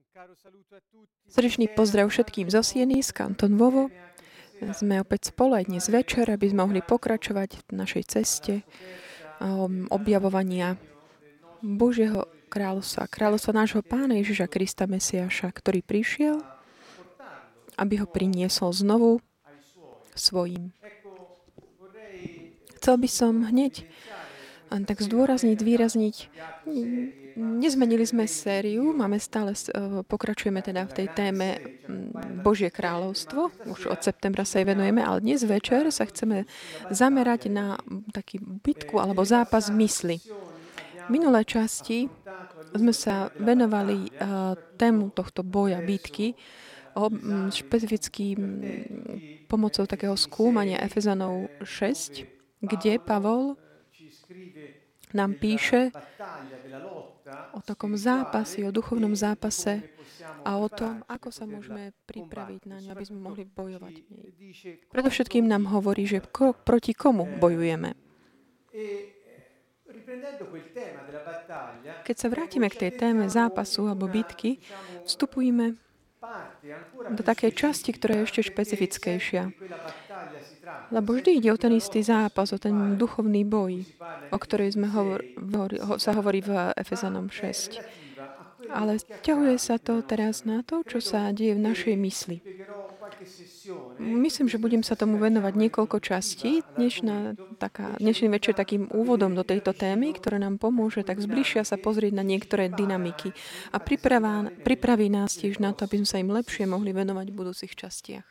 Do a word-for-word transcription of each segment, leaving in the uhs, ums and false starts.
Srdečný pozdrav všetkým zo Sieny, z Kanton Vovo. Sme opäť spolu aj dnes večer, aby sme mohli pokračovať v našej ceste um, objavovania Božieho kráľovstva, kráľovstva nášho Pána Ježiša Krista Mesiáša, ktorý prišiel, aby ho priniesol znovu svojim. Chcel by som hneď tak zdôrazniť, zvýrazniť. Nezmenili sme sériu, máme stále, pokračujeme teda v tej téme Božie kráľovstvo, už od septembra sa jej venujeme, ale dnes večer sa chceme zamerať na taký bitku alebo zápas mysli. V minulé časti sme sa venovali tému tohto boja, bitky, špecificky pomocou takého skúmania Efezanov šesť, kde Pavol nám píše o takom zápase, o duchovnom zápase a o tom, ako sa môžeme pripraviť na ňu, aby sme mohli bojovať v nej. Predovšetkým nám hovorí, že ko, proti komu bojujeme. Keď sa vrátime k tej téme zápasu alebo bitky, vstupujeme do takej časti, ktorá je ešte špecifickejšia. Lebo vždy ide o ten istý zápas, o ten duchovný boj, o ktorej sme hovor, ho, sa hovorí v Efezanom šesť. Ale ťahuje sa to teraz na to, čo sa deje v našej mysli. Myslím, že budem sa tomu venovať niekoľko častí. Dnešná, taká, dnešný večer takým úvodom do tejto témy, ktoré nám pomôže tak zbližšia sa pozrieť na niektoré dynamiky a pripravá, pripraví nás tiež na to, aby sme sa im lepšie mohli venovať v budúcich častiach.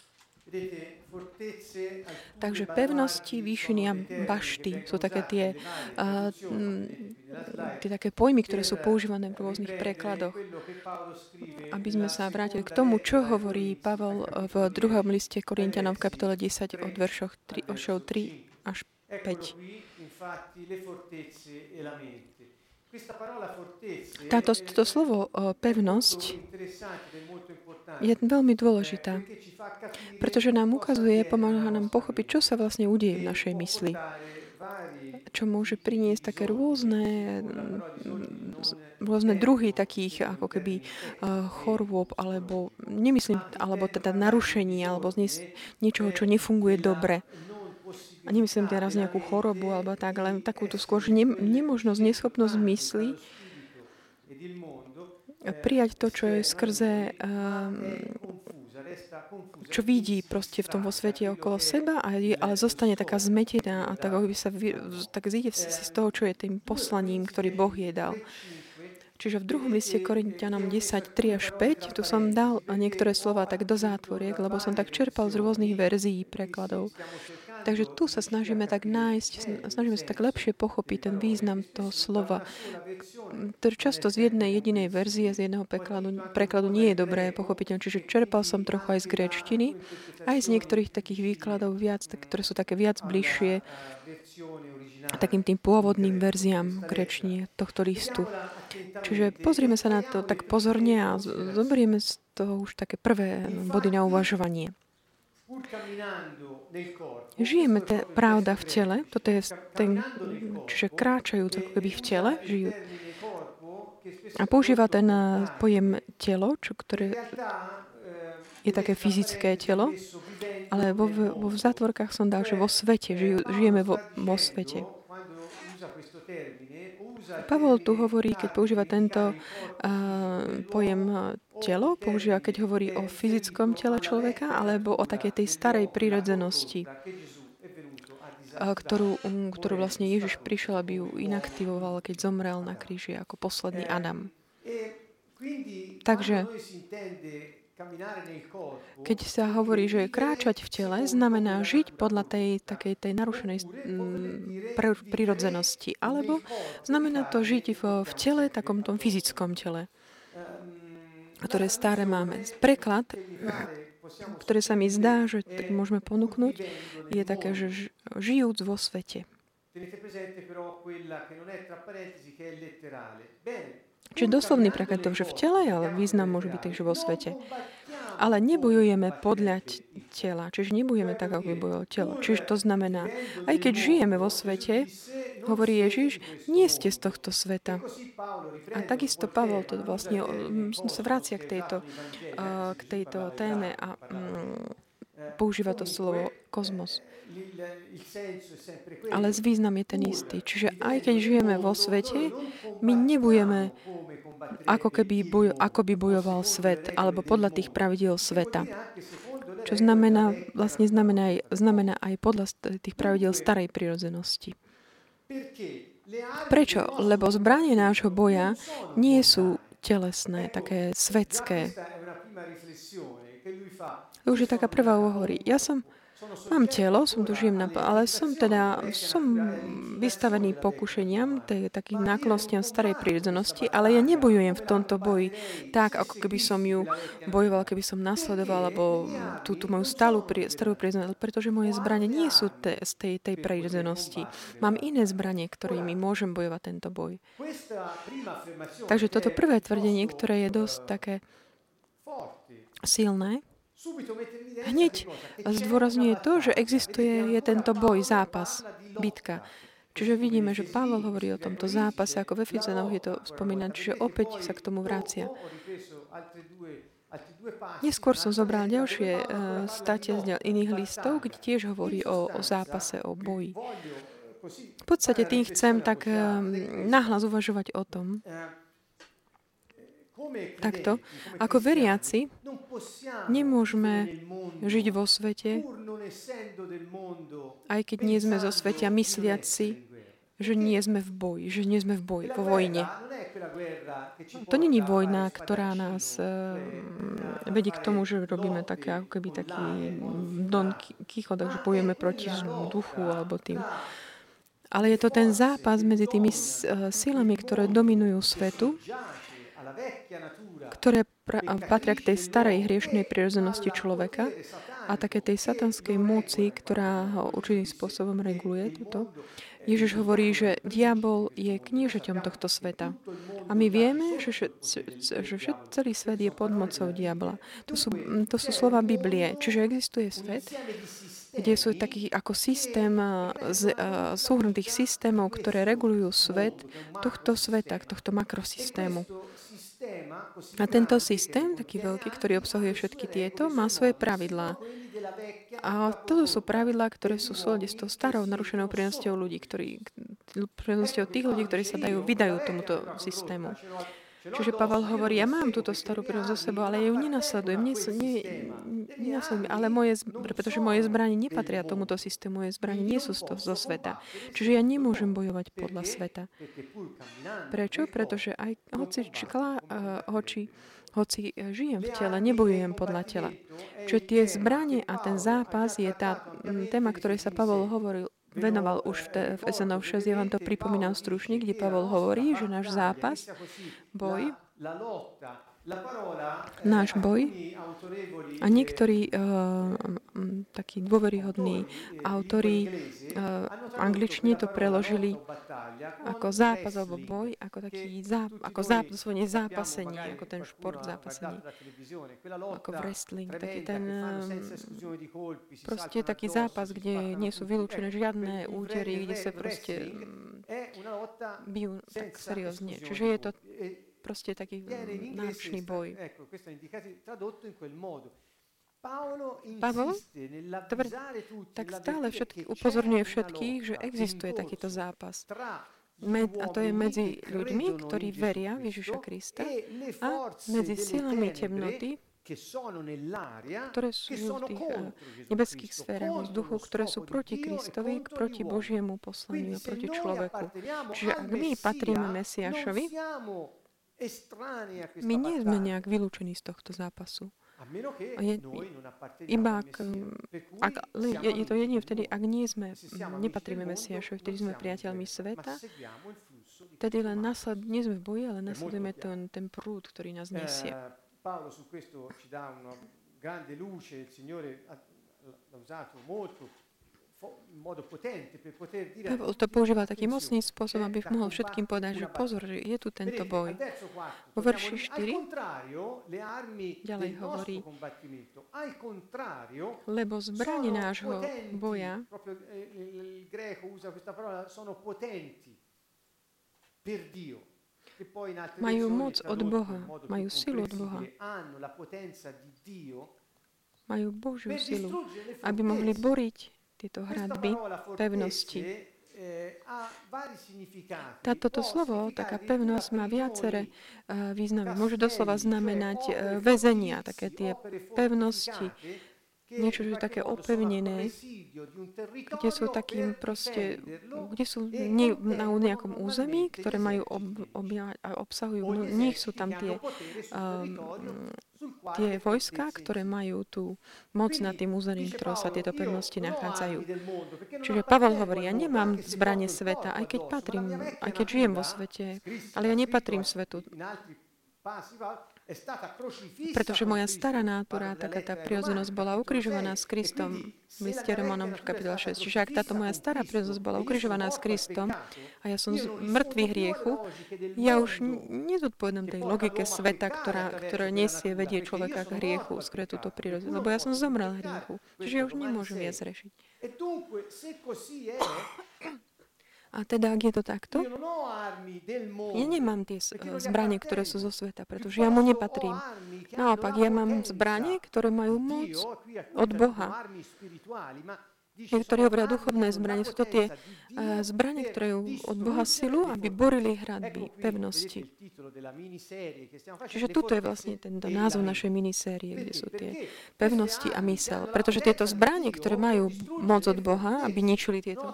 Takže pevnosti, výšiny a bašty sú také tie, uh, tie také pojmy, ktoré sú používané v rôznych prekladoch. Aby sme sa vrátili k tomu, čo hovorí Pavol v druhom liste Korinťanom v kapitole desať od veršoch tri až päť. Táto, toto slovo pevnosť je veľmi dôležitá, pretože nám ukazuje, pomáha nám pochopiť, čo sa vlastne udeje v našej mysli. Čo môže priniesť také rôzne, rôzne druhy takých ako keby chorôb, alebo nemyslím, alebo teda narušení, alebo niečoho, čo nefunguje dobre. A nemyslím teraz nejakú chorobu alebo tak, ale takúto skôr ne, nemožnosť, neschopnosť mysli prijať to, čo je skrze, čo vidí proste v tom vo svete okolo seba, ale zostane taká zmetená a tak, by sa tak zíde si z toho, čo je tým poslaním, ktorý Boh jej dal. Čiže v druhom liste Korinťanom desať, tri až päť, tu som dal niektoré slova tak do zátvoriek, lebo som tak čerpal z rôznych verzií prekladov. Takže tu sa snažíme tak nájsť, snažíme sa tak lepšie pochopiť ten význam toho slova, ktorý často z jednej jedinej verzie, z jedného prekladu, prekladu nie je dobré pochopiteľné. Čiže čerpal som trochu aj z gréčtiny, aj z niektorých takých výkladov viac, tak, ktoré sú také viac bližšie takým tým pôvodným verziám gréčtine tohto listu. Čiže pozrieme sa na to tak pozorne a zoberieme z toho už také prvé body na uvažovanie. Žijeme te, pravda v tele, toto je ten, čiže kráčajúc ako keby v tele, žijú. A používa ten pojem telo, čo, ktoré je také fyzické telo, ale vo, vo zátvorkách som dal, že vo svete, žijú, žijeme vo, vo svete. Pavol tu hovorí, keď používa tento uh, pojem telo, používa, keď hovorí o fyzickom tele človeka, alebo o takej tej starej prírodzenosti, uh, ktorú, um, ktorú vlastne Ježiš prišiel, aby ju inaktivoval, keď zomrel na kríži ako posledný Adam. Takže keď sa hovorí, že kráčať v tele, znamená žiť podľa tej takej tej narušenej pr- prirodzenosti. Alebo znamená to žiť v, v tele, takom tom fyzickom tele, ktoré staré máme. Preklad, ktoré sa mi zdá, že tak môžeme ponúknuť, je také, že žijúc vo svete. Čiže doslovný preklad to, že v tele, ale význam môže byť takže vo svete. Ale nebojujeme podľa tela, čiže nebojujeme tak, ako by bojovalo telo. Čiže to znamená, aj keď žijeme vo svete, hovorí Ježiš, nie ste z tohto sveta. A takisto Pavol to vlastne sa vracia k tejto, k tejto téme a používa to slovo kozmos. Ale význam je ten istý. Čiže aj keď žijeme vo svete, my nebudeme ako keby boj, ako by bojoval svet, alebo podľa tých pravidiel sveta. Čo znamená, vlastne znamená aj, znamená aj podľa tých pravidiel starej prirodzenosti. Prečo? Lebo zbranie nášho boja nie sú telesné, také svetské. To už je taká prvá hovorí. Ja som, mám telo, som tu žijem, na, ale som teda, som vystavený pokušeniam, takým náklonnostiam starej prírodzenosti, ale ja nebojujem v tomto boji tak, ako keby som ju bojoval, keby som nasledoval, alebo túto moju starú, starú prírodzenosť, pretože moje zbranie nie sú te, z tej, tej prírodzenosti. Mám iné zbranie, ktorými môžem bojovať tento boj. Takže toto prvé tvrdenie, ktoré je dosť také silné, hneď zdôrazňuje to, že existuje je tento boj, zápas, bitka. Čiže vidíme, že Pavol hovorí o tomto zápase, ako v Efezanoch je to spomínané, čiže opäť sa k tomu vracia. Neskôr som zobral ďalšie uh, state z iných listov, kde tiež hovorí o, o zápase, o boji. V podstate tým chcem tak uh, nahlas uvažovať o tom, takto, ako veriaci nemôžeme žiť vo svete, aj keď nie sme zo sveta, mysliať si, že nie sme v boji, že nie sme v boji, vo vojne. To nie je vojna, ktorá nás uh, vedie k tomu, že robíme také, ako keby taký Don Quixote, že bojujeme proti duchu alebo tým. Ale je to ten zápas medzi tými uh, silami, ktoré dominujú svetu, ktoré pra- patria k tej starej hriešnej prirodzenosti človeka a také tej satanskej moci, ktorá ho určitým spôsobom reguluje toto. Ježiš hovorí, že diabol je kniežaťom tohto sveta. A my vieme, že, všet, že všet, celý svet je pod mocou diabla. To sú, to sú slova Biblie. Čiže existuje svet, kde sú taký ako systém, z, uh, súhrn tých systémov, ktoré regulujú svet tohto sveta, tohto makrosystému. A tento systém, taký veľký, ktorý obsahuje všetky tieto, má svoje pravidlá. A toto sú pravidlá, ktoré sú v súlade s tou starou narušenou prírodzenosťou ľudí, ktorí, prírodzenosťou tých ľudí, ktorí sa dajú, vydajú tomuto systému. Čiže Pavel hovorí, ja mám túto starú prírodzenosť zo sebou, ale ja ju nenasledujem, nie, nie, nenasledujem, ale moje, pretože moje zbranie nepatria tomuto systému, moje zbranie nie sú zo, zo sveta. Čiže ja nemôžem bojovať podľa sveta. Prečo? Pretože aj hoci, čkla, uh, hoci, hoci žijem v tele, nebojujem podľa tela. Čiže tie zbranie a ten zápas je tá téma, ktorej sa Pavol hovoril, venoval už v Efezanov šesť. Ja vám to pripomínam stručne, kde Pavol hovorí, že náš zápas, boj, náš boj a niektorí uh, takí dôveryhodní autori uh, v angličtine to preložili ako zápas alebo boj, ako taký záp, ako záp, doslovne zápasenie, ako ten šport zápasení, ako wrestling, taký ten um, proste taký zápas, kde nie sú vylúčené žiadne údery, kde sa proste um, bijú tak seriózne. Čiže je to proste taký náročný boj. Pavol tak stále všetky, upozorňuje všetkých, že existuje takýto zápas. Med, a to je medzi ľuďmi, ktorí veria v Ježiša Krista a medzi silami temnoty, ktoré sú v tých nebeských sférach vzduchu, ktoré sú proti Kristovi, proti Božiemu poslaniu, proti človeku. Čiže ak my patríme Mesiášovi, my nie sme nejak vylúčení z tohto zápasu. Je, iba ak, ak je, je to jedine vtedy, ak nie sme, nepatríme Mesiášovi, vtedy sme priateľmi sveta, vtedy len nasled, nie sme v boji, ale nasledujeme ten, ten prúd, ktorý nás nesie. Paolo su questo ci dà una grande luce, il Signore l'ha usato molto Pavol to používal taký mocný spôsob, aby mohol všetkým povedať, že pozor, že je tu tento boj. Vo verši štyri ďalej hovorí, lebo zbrane nášho boja majú moc od Boha, majú silu od Boha. Majú Božiu silu, aby mohli boriť tieto hradby pevnosti. Táto slovo, taká pevnosť, má viaceré uh, významy. Môže doslova znamenať uh, väzenia, také tie pevnosti, niečo, čo je také opevnené, kde sú takým proste, kde sú nie na nejakom území, ktoré majú ob, objavať a obsahujú, v nich sú tam tie, um, tie vojska, ktoré majú tú moc nad tým územím, ktoré sa tieto pevnosti nachádzajú. Čiže Pavol hovorí, ja nemám zbrane sveta, aj keď patrím, aj keď žijem vo svete, ale ja nepatrím svetu. Pretože moja stará nátura, taká tá prirodzenosť bola ukrižovaná s Kristom v liste Romanom kapitola šesť. Čiže ak táto moja stará prirodzenosť bola ukrižovaná s Kristom a ja som mŕtvý hriechu, ja už nezodpovedám tej logike sveta, ktorá, ktorá nesie, vedie človeka k hriechu, skôr túto prirodzenosť. Lebo ja som zomrel hriechu. Čiže ja už nemôžem viac rešiť. A teda, ak je to takto, ja nemám tie zbranie, ktoré sú zo sveta, pretože ja mu nepatrím. Naopak, ja mám zbranie, ktoré majú moc od Boha. Niektorí hovoria duchovné zbranie. Sú to tie uh, zbranie, ktoré majú od Boha silu, aby borili hradby, pevnosti. Čiže tuto je vlastne tento názov našej minisérie, kde sú tie pevnosti a mysel. Pretože tieto zbranie, ktoré majú moc od Boha, aby ničili tieto.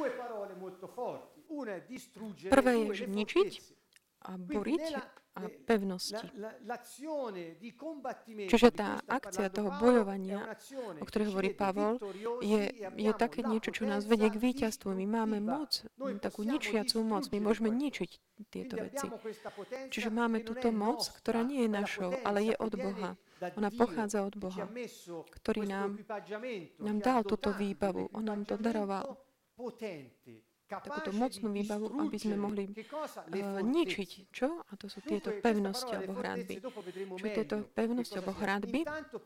Prvé je, že ničiť a boriť a pevnosti. Čiže tá akcia toho bojovania, o ktorej hovorí Pavol, je, je také niečo, čo nás vedie k víťazstvu. My máme moc, takú ničiacú moc. My môžeme ničiť tieto veci. Čiže máme túto moc, ktorá nie je našou, ale je od Boha. Ona pochádza od Boha, ktorý nám, nám dal túto výbavu. On nám to daroval. Takúto mocnú výbavu, aby sme mohli uh, ničiť. Čo? A to sú tieto pevnosti alebo hradby. Čo tieto pevnosti alebo hradby?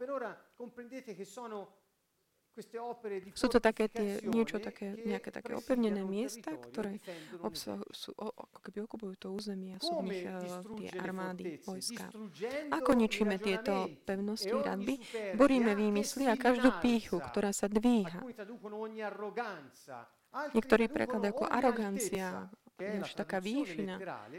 Sú to také tie, niečo také, nejaké také opevnené miesta, ktoré obsahujú, sú, o, ako keby okupujú to územie a sú v nich uh, tie armády, vojska. Ako ničíme tieto pevnosti, hradby? Boríme výmysly a každú pýchu, ktorá sa dvíha. Niektorí prekladajú ako arogancia, než taká výšina.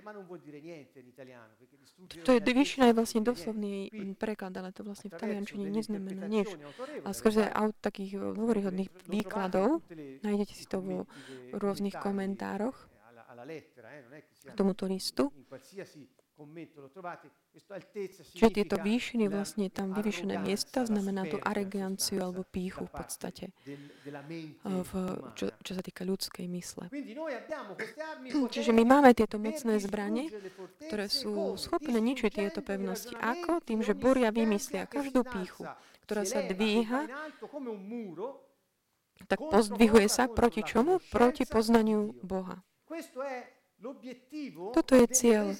To je, výšina je vlastne doslovný preklad, ale to vlastne v taliančine neznamená nič. A skrze aut takých dôveryhodných výkladov, nájdete si to vo rôznych komentároch k tomuto listu. Čiže tieto výšiny, vlastne tam vyvýšené miesta, znamená tú aroganciu alebo pýchu v podstate, v, čo, čo sa týka ľudskej mysle. Čiže my máme tieto mocné zbrane, ktoré sú schopné ničiť tieto pevnosti. Ako? Tým, že boria vymyslia každú pýchu, ktorá sa dvíha, tak pozdvihuje sa proti čomu? Proti poznaniu Boha. Toto je cieľ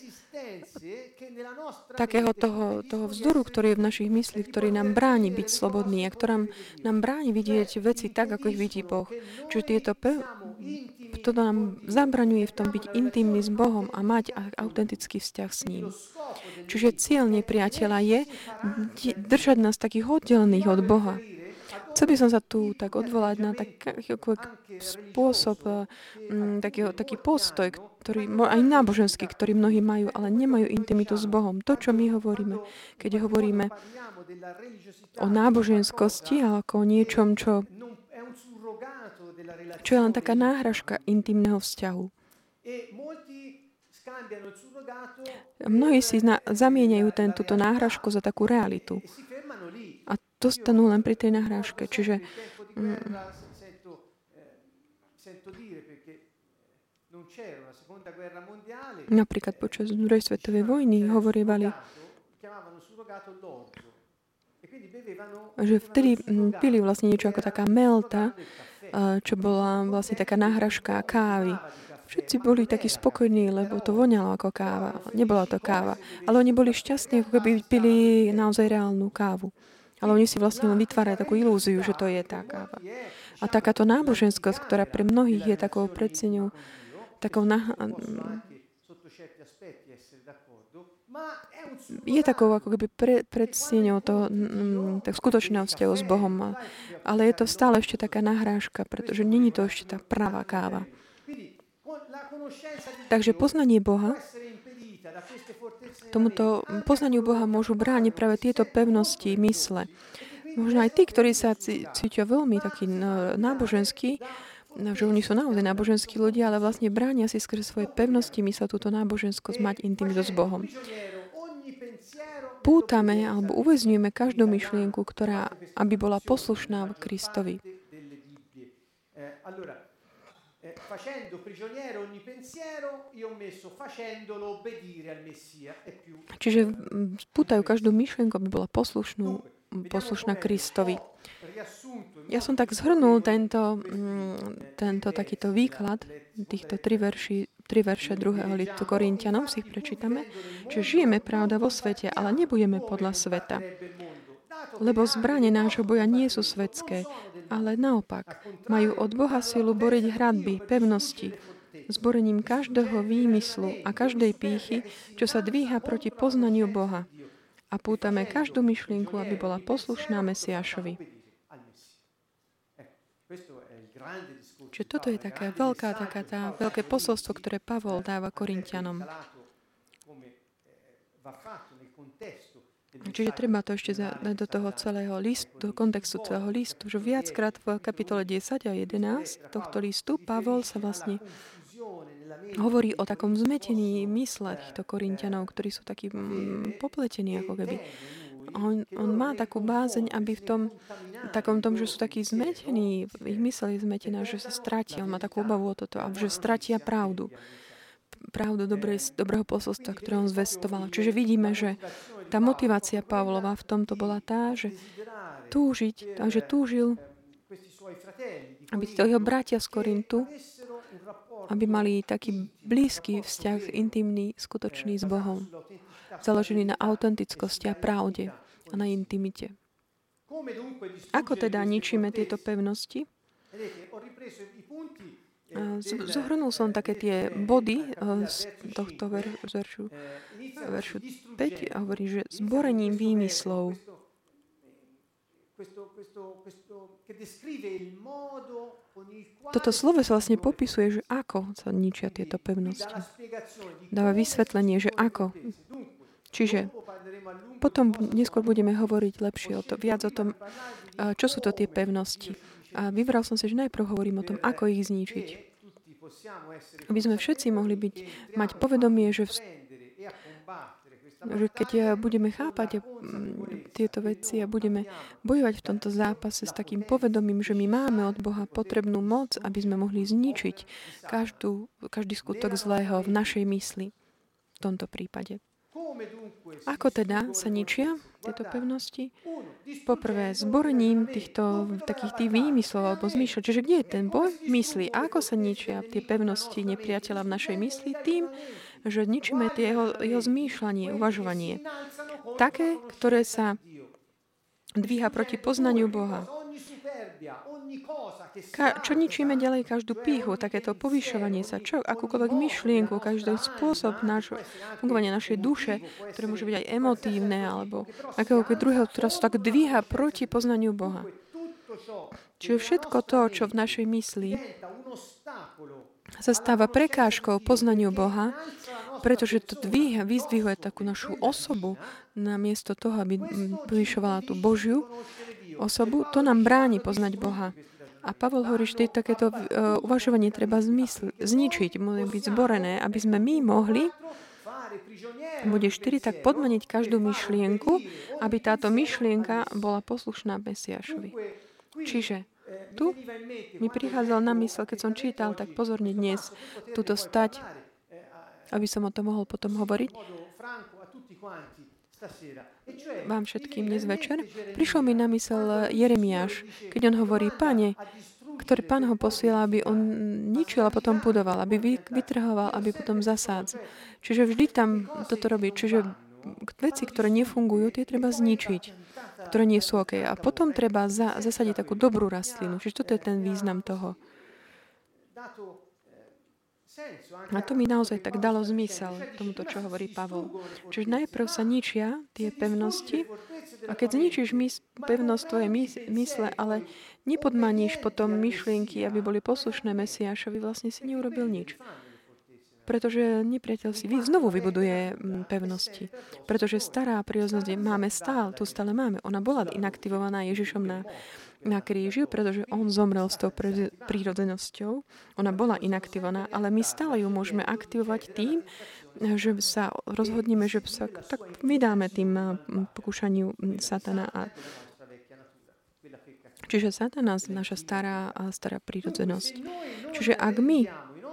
takého toho, toho vzdoru, ktorý je v našich mysliach, ktorý nám bráni byť slobodný a ktorý nám bráni vidieť veci tak, ako ich vidí Boh. Čiže tieto pe- toto nám zabraňuje v tom byť intimný s Bohom a mať autentický vzťah s ním. Čiže cieľ nepriateľa je držať nás takých oddelených od Boha. Chcel by som sa tu tak odvolať na taký spôsob, m, taký, taký postoj, ktorý, aj náboženský, ktorý mnohí majú, ale nemajú intimitu s Bohom. To, čo my hovoríme, keď hovoríme o náboženskosti, ale ako o niečom, čo, čo je len taká náhražka intimného vzťahu. Mnohí si zna- zamieňajú ten, túto náhražku za takú realitu. A dostanú len pri tej nahrážke. Čiže mm, napríklad počas druhej svetovej vojny hovorívali, že vtedy pili vlastne niečo ako taká melta, čo bola vlastne taká náhražka kávy. Všetci boli takí spokojní, lebo to voňalo ako káva. Nebola to káva. Ale oni boli šťastní, ako keby pili naozaj reálnu kávu. Ale oni si vlastne len vytvárajú takú ilúziu, že to je tá káva. A takáto náboženskosť, ktorá pre mnohých je takou predseňou, takou na, je takou ako keby pre, predsieňou toho mm, tak skutočného vzťahu s Bohom. Ale je to stále ešte taká nahrážka, pretože není to ešte tá pravá káva. Takže poznanie Boha, tomuto poznaniu Boha môžu brániť práve tieto pevnosti mysle. Možno aj tí, ktorí sa cítia veľmi takí náboženskí, že oni sú naozaj náboženskí ľudia, ale vlastne bránia si skrze svoje pevnosti mysle túto náboženskosť mať intimitu s Bohom. Pútame alebo uväzňujeme každú myšlienku, ktorá aby bola poslušná Kristovi. Čiže pútajú každú myšlienku, aby bola poslušnú, poslušná Kristovi. Ja som tak zhrnul tento, tento takýto výklad týchto tri verši, tri verše druhého listu Korinťanom, si ich prečítame, že žijeme pravda vo svete, ale nebudeme podľa sveta. Lebo zbrane nášho boja nie sú svetské, ale naopak majú od Boha silu boriť hradby, pevnosti, zborením každého výmyslu a každej pýchy, čo sa dvíha proti poznaniu Boha. A pútame každú myšlienku, aby bola poslušná Mesiášovi. Čiže toto je taká veľká, taká tá veľké posolstvo, ktoré Pavol dáva Korinťanom. Čiže treba to ešte dať do toho celého listu, do kontextu celého listu, že viackrát v kapitole desať a jedenásť tohto listu Pavol sa vlastne hovorí o takom zmetení mysle týchto Korinťanov, ktorí sú takí mm, popletení ako keby. On, on má takú bázeň, aby v tom takom tom, že sú takí zmetení, ich mysl je zmetená, že sa stratia. On má takú obavu o toto, a že stratia pravdu. Pravdu dobrej, dobrého posolstva, ktoré on zvestoval. Čiže vidíme, že tá motivácia Pavlova v tomto bola tá, že túžiť, takže túžil, aby títo jeho bratia z Korintu, aby mali taký blízky vzťah, intimný, skutočný s Bohom, založený na autentickosti a pravde a na intimite. Ako teda ničíme tieto pevnosti? Zohrnul som také tie body z tohto veršu, veršu päť a hovorí, že zborením výmyslov. Toto slovo sa vlastne popisuje, že ako sa ničia tieto pevnosti. Dáva vysvetlenie, že ako. Čiže potom neskôr budeme hovoriť lepšie o to, viac o tom, čo sú to tie pevnosti. A vybral som si, že najprv hovorím o tom, ako ich zničiť. Aby sme všetci mohli byť, mať povedomie, že, v, že keď budeme chápať tieto veci a budeme bojovať v tomto zápase s takým povedomím, že my máme od Boha potrebnú moc, aby sme mohli zničiť každú, každý skutok zlého v našej mysli v tomto prípade. Ako teda sa ničia tieto pevnosti? Poprvé, zborením týchto takých tých výmyslov alebo zmýšľať. Čiže kde je ten boj mysli? A ako sa ničia tie pevnosti nepriateľa v našej mysli? Tým, že ničíme tie jeho, jeho zmýšľanie, uvažovanie. Také, ktoré sa dvíha proti poznaniu Boha. Ka- čo ničíme ďalej každú pýchu, takéto povyšovanie sa, čo, akúkoľvek myšlienku, každý spôsob nášho fungovania našej duše, ktoré môže byť aj emotívne, alebo akéhokoľvek druhého, ktorá sa tak dvíha proti poznaniu Boha. Čiže všetko to, čo v našej mysli sa stáva prekážkou poznaniu Boha, pretože to dvíha, vyzdvihuje takú našu osobu namiesto toho, aby povyšovala tú Božiu osobu, to nám bráni poznať Boha. A Pavol hovorí, že takéto uh, uvažovanie treba zmysl- zničiť, môže byť zborené, aby sme my mohli, bude štyri, tak podmeniť každú myšlienku, aby táto myšlienka bola poslušná Mesiášovi. Čiže tu mi prichádzal na mysl, keď som čítal, tak pozorne dnes tuto stať, aby som o tom mohol potom hovoriť vám všetkým dnes večer. Prišlo mi na mysel Jeremiáš, keď on hovorí, Pane, ktorý Pán ho posiela, aby on ničil a potom budoval, aby vytrhoval, aby potom zasádzal. Čiže vždy tam toto robí. Čiže veci, ktoré nefungujú, tie treba zničiť, ktoré nie sú OK. A potom treba za, zasadiť takú dobrú rastlinu. Čiže toto je ten význam toho. A to mi naozaj tak dalo zmysel tomuto, čo hovorí Pavol. Čiže najprv sa ničia tie pevnosti a keď zničíš mys- pevnosť tvojej mys- mysle, ale nepodmaníš potom myšlienky, aby boli poslušné Mesiášovi, vlastne si neurobil nič. Pretože nepriateľ si znovu vybuduje pevnosti. Pretože stará prírodzenosť máme stále, tu stále máme. Ona bola inaktivovaná Ježišom na na kríži, pretože on zomrel s tou prírodzenosťou. Ona bola inaktivovaná, ale my stále ju môžeme aktivovať tým, že sa rozhodneme, že sa tak vydáme tým pokúšaniu satana. A čiže satana je naša stará, stará prírodzenosť. Čiže ak my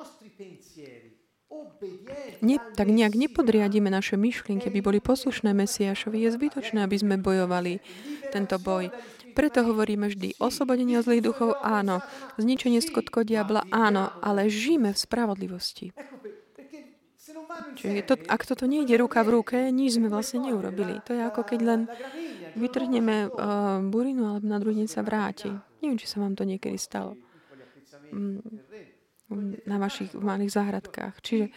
ne, tak nejak nepodriadíme naše myšlienky, aby boli poslušné Mesiášovi, je zbytočné, aby sme bojovali tento boj. Preto hovoríme vždy, oslobodenie od zlých duchov, áno. Zničenie skutkov diabla, áno. Ale žijeme v spravodlivosti. Čiže to, ak toto nejde ruka v ruke, nič sme vlastne neurobili. To je ako keď len vytrhneme uh, burinu, ale na druhý deň sa vráti. Neviem, či sa vám to niekedy stalo. Mm, na vašich malých záhradkách. Čiže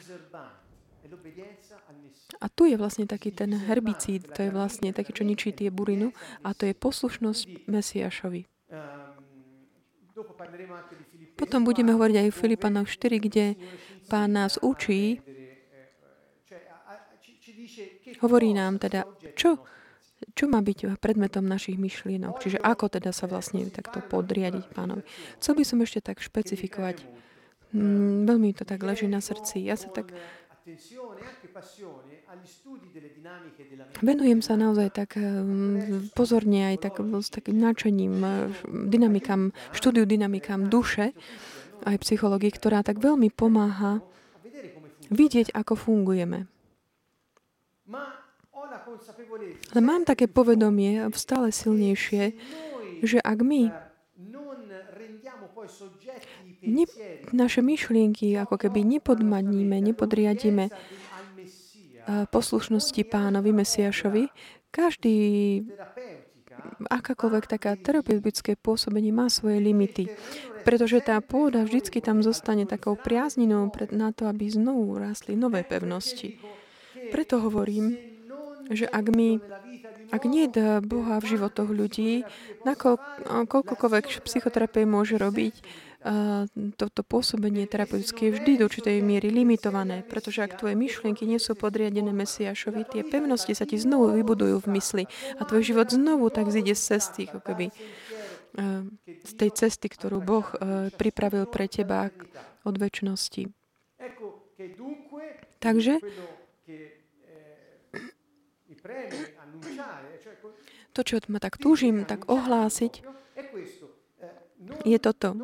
a tu je vlastne taký ten herbicíd, to je vlastne taký, čo ničí tie burinu, a to je poslušnosť Mesiášovi. Potom budeme hovoriť aj v Filipanoch štyri, kde Pán nás učí, hovorí nám teda, čo, čo má byť predmetom našich myšlienok, čiže ako teda sa vlastne takto podriadiť Pánovi. Chcel by som ešte tak špecifikovať, hmm, veľmi to tak leží na srdci. Ja sa tak venujem sa naozaj tak pozorne aj tak, s takým nadšením dynamikám, štúdiu dynamikám duše, aj psychológii, ktorá tak veľmi pomáha vidieť, ako fungujeme. Ale mám také povedomie, stále silnejšie, že ak my ne, naše myšlienky ako keby nepodmaníme, nepodriadíme poslušnosti Pánovi, Mesiášovi, každý, akákoľvek taká terapeutické pôsobenie má svoje limity. Pretože tá pôda vždycky tam zostane takou priazninou na to, aby znovu rastli nové pevnosti. Preto hovorím, že ak my, ak nie je Boha v životoch ľudí, nakoľkoľvek psychoterapie môže robiť, toto pôsobenie terapeutické je vždy do určitej miery limitované, pretože ak tvoje myšlienky nie sú podriadené Mesiášovi, tie pevnosti sa ti znovu vybudujú v mysli a tvoj život znovu tak zíde z cesty, ako keby z tej cesty, ktorú Boh pripravil pre teba od večnosti. Takže to, čo ma tak túžim, tak ohlásiť, je toto.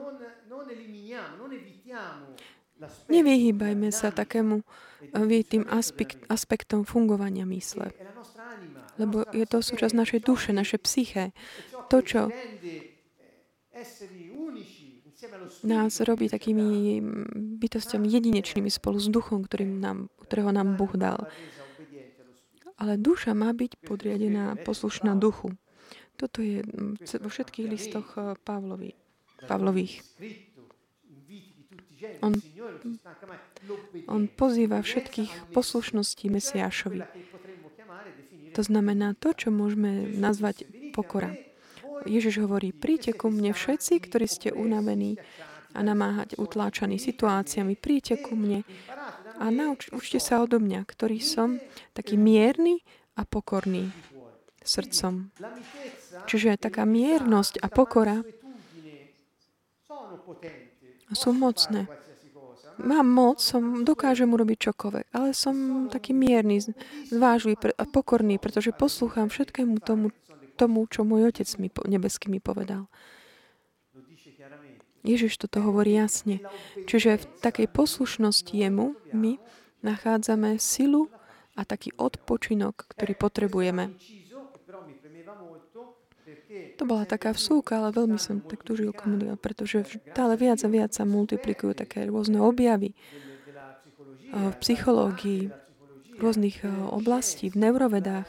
Nevyhýbajme sa takému tým aspekt, aspektom fungovania mysle. Lebo je to súčasť našej duše, naše psyché. To, čo nás robí takými bytostiami jedinečnými spolu s duchom, ktorým nám, ktorého nám Boh dal. Ale duša má byť podriadená, poslušná duchu. Toto je vo všetkých listoch Pavlovi, Pavlových. On, on pozýva všetkých poslušností Mesiášovi. To znamená to, čo môžeme nazvať pokora. Ježiš hovorí, príďte ku mne všetci, ktorí ste unavení a namáhať utláčaní situáciami. Príďte ku mne a nauč, učte sa odo mňa, ktorý som taký mierny a pokorný srdcom. Čiže taká miernosť a pokora sú mocné. Mám moc, som, dokážem urobiť čokoľvek, ale som taký mierny, zvážlivý a pokorný, pretože poslúcham všetkému tomu, tomu, čo môj Otec mi, nebeský mi povedal. Ježiš toto hovorí jasne. Čiže v takej poslušnosti jemu my nachádzame silu a taký odpočinok, ktorý potrebujeme. To bola taká vsúka, ale veľmi som tak túžil komunikovať, pretože stále viac a viac sa multiplikujú také rôzne objavy v psychológii, v rôznych oblastí, v neurovedách.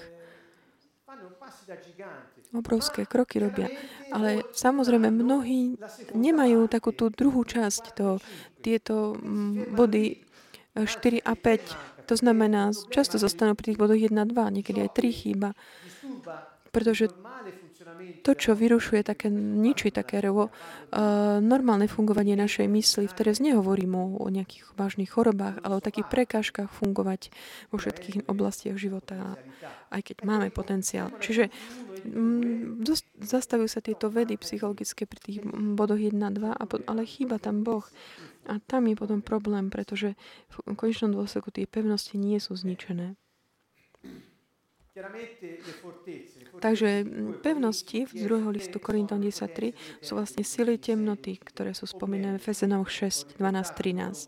Obrovské kroky robia. Ale samozrejme mnohí nemajú takú tú druhú časť, to, tieto body štyri a päť. To znamená, často zostanú pri tých bodoch jeden a dva, niekedy aj tri chýba. Pretože to, čo vyrušuje, také ničí také revo, uh, normálne fungovanie našej mysli, v ktorej nehovorím o, o nejakých vážnych chorobách, ale o takých prekážkach fungovať vo všetkých oblastiach života, aj keď máme potenciál. Čiže mm, zastavujú sa tieto vedy psychologické pri tých bodoch jeden a dva, ale chýba tam Boh. A tam je potom problém, pretože v konečnom dôsledku tie pevnosti nie sú zničené. Takže pevnosti v druhého listu Korintom desať tri sú vlastne sily temnoty, ktoré sú spomínané v Efezanoch šesť dvanásť trinásť.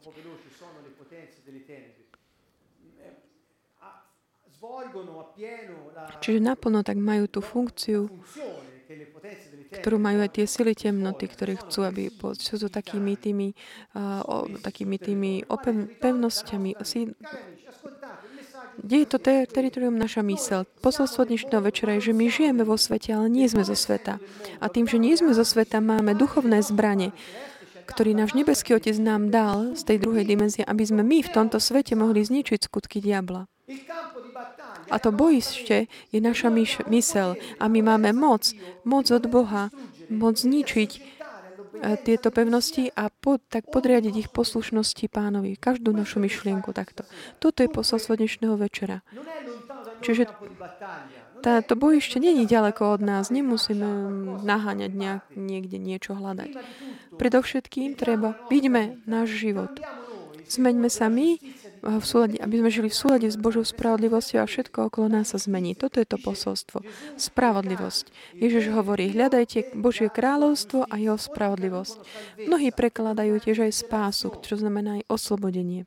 Čiže naplno tak majú tú funkciu, ktorú majú aj tie sily temnoty, ktoré chcú, aby sú to takými tými, uh, o, takými tými opev, pevnosťami. Kde je to ter- teritorium naša mysel? Posolstvo dnešného večera je, že my žijeme vo svete, ale nie sme zo sveta. A tým, že nie sme zo sveta, máme duchovné zbrane, ktorý náš nebeský Otec nám dal z tej druhej dimenzie, aby sme my v tomto svete mohli zničiť skutky diabla. A to bojište je naša myš- mysel. A my máme moc, moc od Boha, moc zničiť tieto pevnosti a pod, tak podriadiť ich poslušnosti Pánovi. Každú našu myšlienku takto. Toto je posolstvo dnešného večera. Čiže táto bojište nie je ďaleko od nás. Nemusíme naháňať nejak, niekde niečo hľadať. Predovšetkým treba, vidíme náš život. Zmeňme sa my, v súlade, aby sme žili v súlade s Božou spravodlivosťou a všetko okolo nás sa zmení. Toto je to posolstvo. Spravodlivosť. Ježiš hovorí, hľadajte Božie kráľovstvo a jeho spravodlivosť. Mnohí prekladajú tiež aj spásu, čo znamená aj oslobodenie.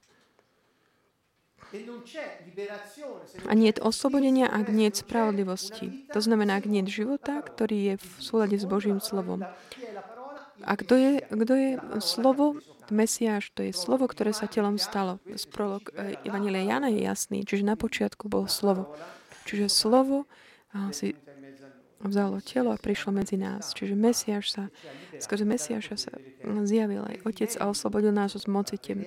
A nie je oslobodenia, ak nie je spravodlivosti. To znamená, ak nie je života, ktorý je v súlade s Božím slovom. A kto je, kto je slovo? Mesiáš, to je slovo, ktoré sa telom stalo. Z prolog Evanjelia Jána je jasný. Čiže na počiatku bolo slovo. Čiže slovo si vzalo telo a prišlo medzi nás. Čiže Mesiáš sa, skrze Mesiáša sa zjavil aj Otec a oslobodil nás od moci tem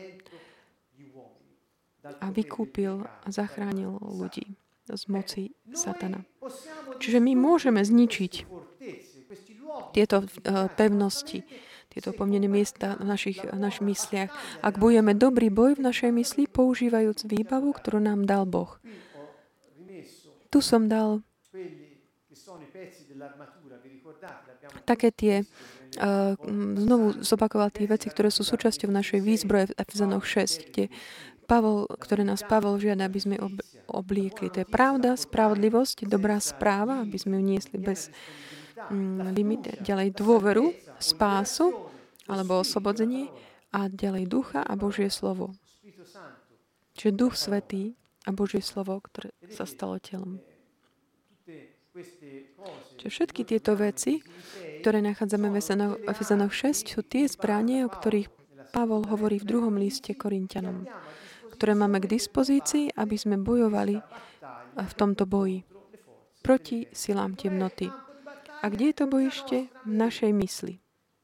a vykúpil a zachránil ľudí z moci satana. Čiže my môžeme zničiť tieto uh, pevnosti, tieto opomnené miesta v našich, v našich mysliach. Ak budeme dobrý boj v našej mysli, používajúc výbavu, ktorú nám dal Boh. Tu som dal také tie, uh, znovu zopakoval tie veci, ktoré sú súčasťou našej výzbroje v Efezanoch šesť, kde Pavol, ktoré nás Pavol žiada, aby sme ob- obliekli. To je pravda, spravodlivosť, dobrá správa, aby sme ju niesli bez mm, limite. Ďalej dôveru, spásu, alebo oslobodzenie a ďalej ducha a Božie slovo. Čiže Duch Svätý a Božie slovo, ktoré sa stalo telom. Čiže všetky tieto veci, ktoré nachádzame v Efezanoch šesť, sú tie zbranie, o ktorých Pavol hovorí v druhom liste Korinťanom, ktoré máme k dispozícii, aby sme bojovali v tomto boji proti silám temnoty. A kde je to bojište? V našej mysli.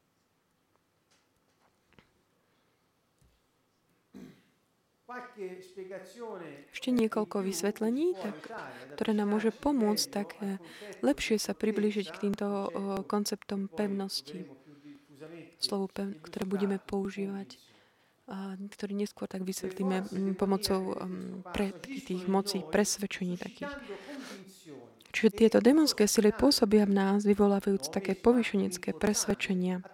Ešte niekoľko vysvetlení, tak, ktoré nám môže pomôcť tak lepšie sa priblížiť k týmto konceptom pevnosti, slovu, ktoré budeme používať, ktorý neskôr tak vysvetlíme pomocou pre, tých mocí presvedčení takých. Čiže tieto démonské sily pôsobia v nás, vyvolávajúc také povýšenecké presvedčenia.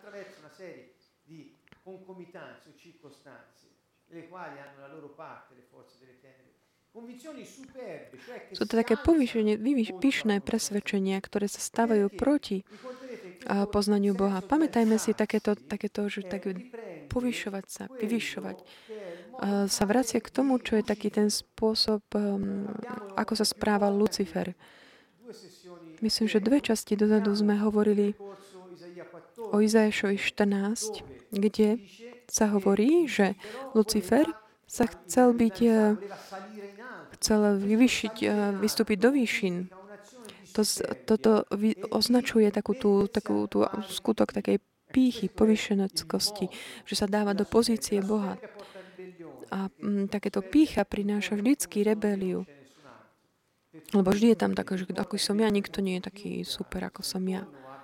Sú to také povýšenie, vyšné presvedčenia, ktoré sa stávajú proti poznaniu Boha. Pamätajme si takéto, takéto že tak povyšovať sa, vyvyšovať. Sa vracia k tomu, čo je taký ten spôsob, um, ako sa správa Lucifer. Myslím, že dve časti dozadu sme hovorili o Izaiášovi štrnásť, kde sa hovorí, že Lucifer sa chcel byť, chcel vyvyšiť, vystúpiť do výšin. To, toto označuje takú tú, takú tú skutok takej pýchy, povýšeneckosti, že sa dáva do pozície Boha. A m, takéto pýcha prináša vždycky rebéliu. Lebo vždy je tam také, že ako som ja, nikto nie je taký super, ako som ja.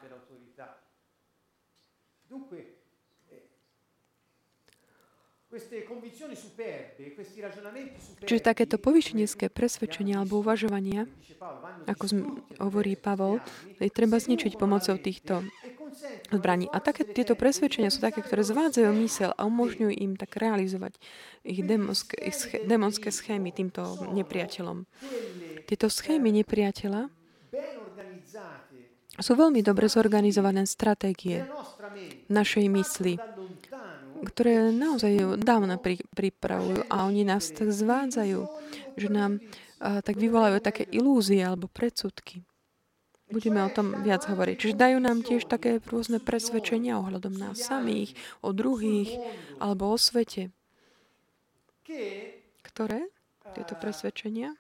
Čiže takéto povýšenecké presvedčenia alebo uvažovania, ako hovorí Pavol, je treba zničiť pomocou týchto zbraní. A také, tieto presvedčenia sú také, ktoré zvádzajú myseľ a umožňujú im tak realizovať ich démonské, ich sch- démonské schémy týmto nepriateľom. Tieto schémy nepriateľa sú veľmi dobre zorganizované stratégie našej mysli, ktoré naozaj dávno pri, pripravujú a oni nás tak zvádzajú, že nám a, tak vyvolajú také ilúzie alebo predsudky. Budeme o tom viac hovoriť. Čiže dajú nám tiež také rôzne presvedčenia ohľadom nás samých, o druhých alebo o svete. Ktoré? Tieto presvedčenia?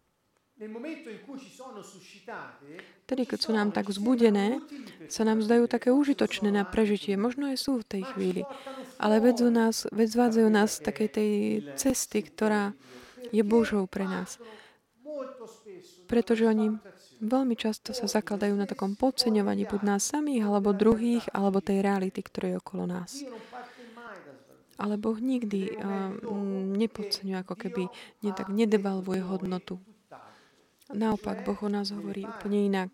Tedy, keď sú nám tak vzbudené, sa nám zdajú také užitočné na prežitie. Možno aj sú v tej chvíli. Ale vedú nás, vedzvádzajú nás z takej tej cesty, ktorá je Božou pre nás. Pretože oni veľmi často sa zakladajú na takom podceňovaní buď nás samých, alebo druhých, alebo tej reality, ktorá je okolo nás. Ale Boh nikdy uh, nepodceňuje, ako keby ne, tak nedevalvuje hodnotu. Naopak, Boh o nás hovorí úplne inak.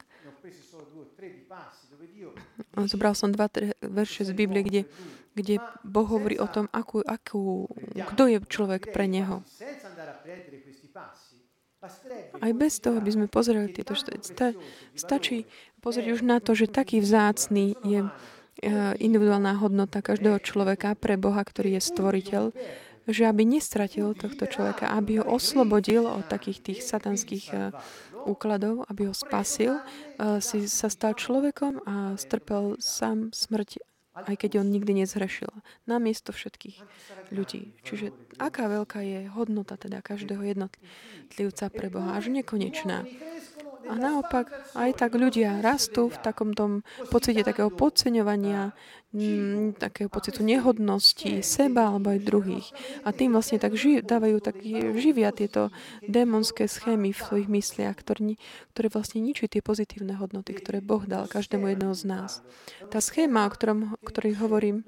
Zobral som dva, tri verše z Biblie, kde, kde Boh hovorí o tom, akú, akú, kto je človek pre Neho. Aj bez toho, aby sme pozerali tieto sta- stačí pozrieť už na to, že taký vzácny je individuálna hodnota každého človeka pre Boha, ktorý je stvoriteľ, že aby nestratil tohto človeka, aby ho oslobodil od takých tých satanských úkladov, aby ho spasil, si sa stal človekom a strpel sám smrť, aj keď on nikdy nezhrešil. Namiesto všetkých ľudí. Čiže aká veľká je hodnota teda každého jednotlivca pre Boha, až nekonečná. A naopak, aj tak ľudia rastú v takom tom pocite takého podceňovania, m, takého pocitu nehodnosti seba alebo aj druhých. A tým vlastne tak ži- dávajú, tak živia tieto démonské schémy v svojich mysliach, ktoré, ktoré vlastne ničujú tie pozitívne hodnoty, ktoré Boh dal každému jedného z nás. Tá schéma, o ktorom, o ktorej hovorím,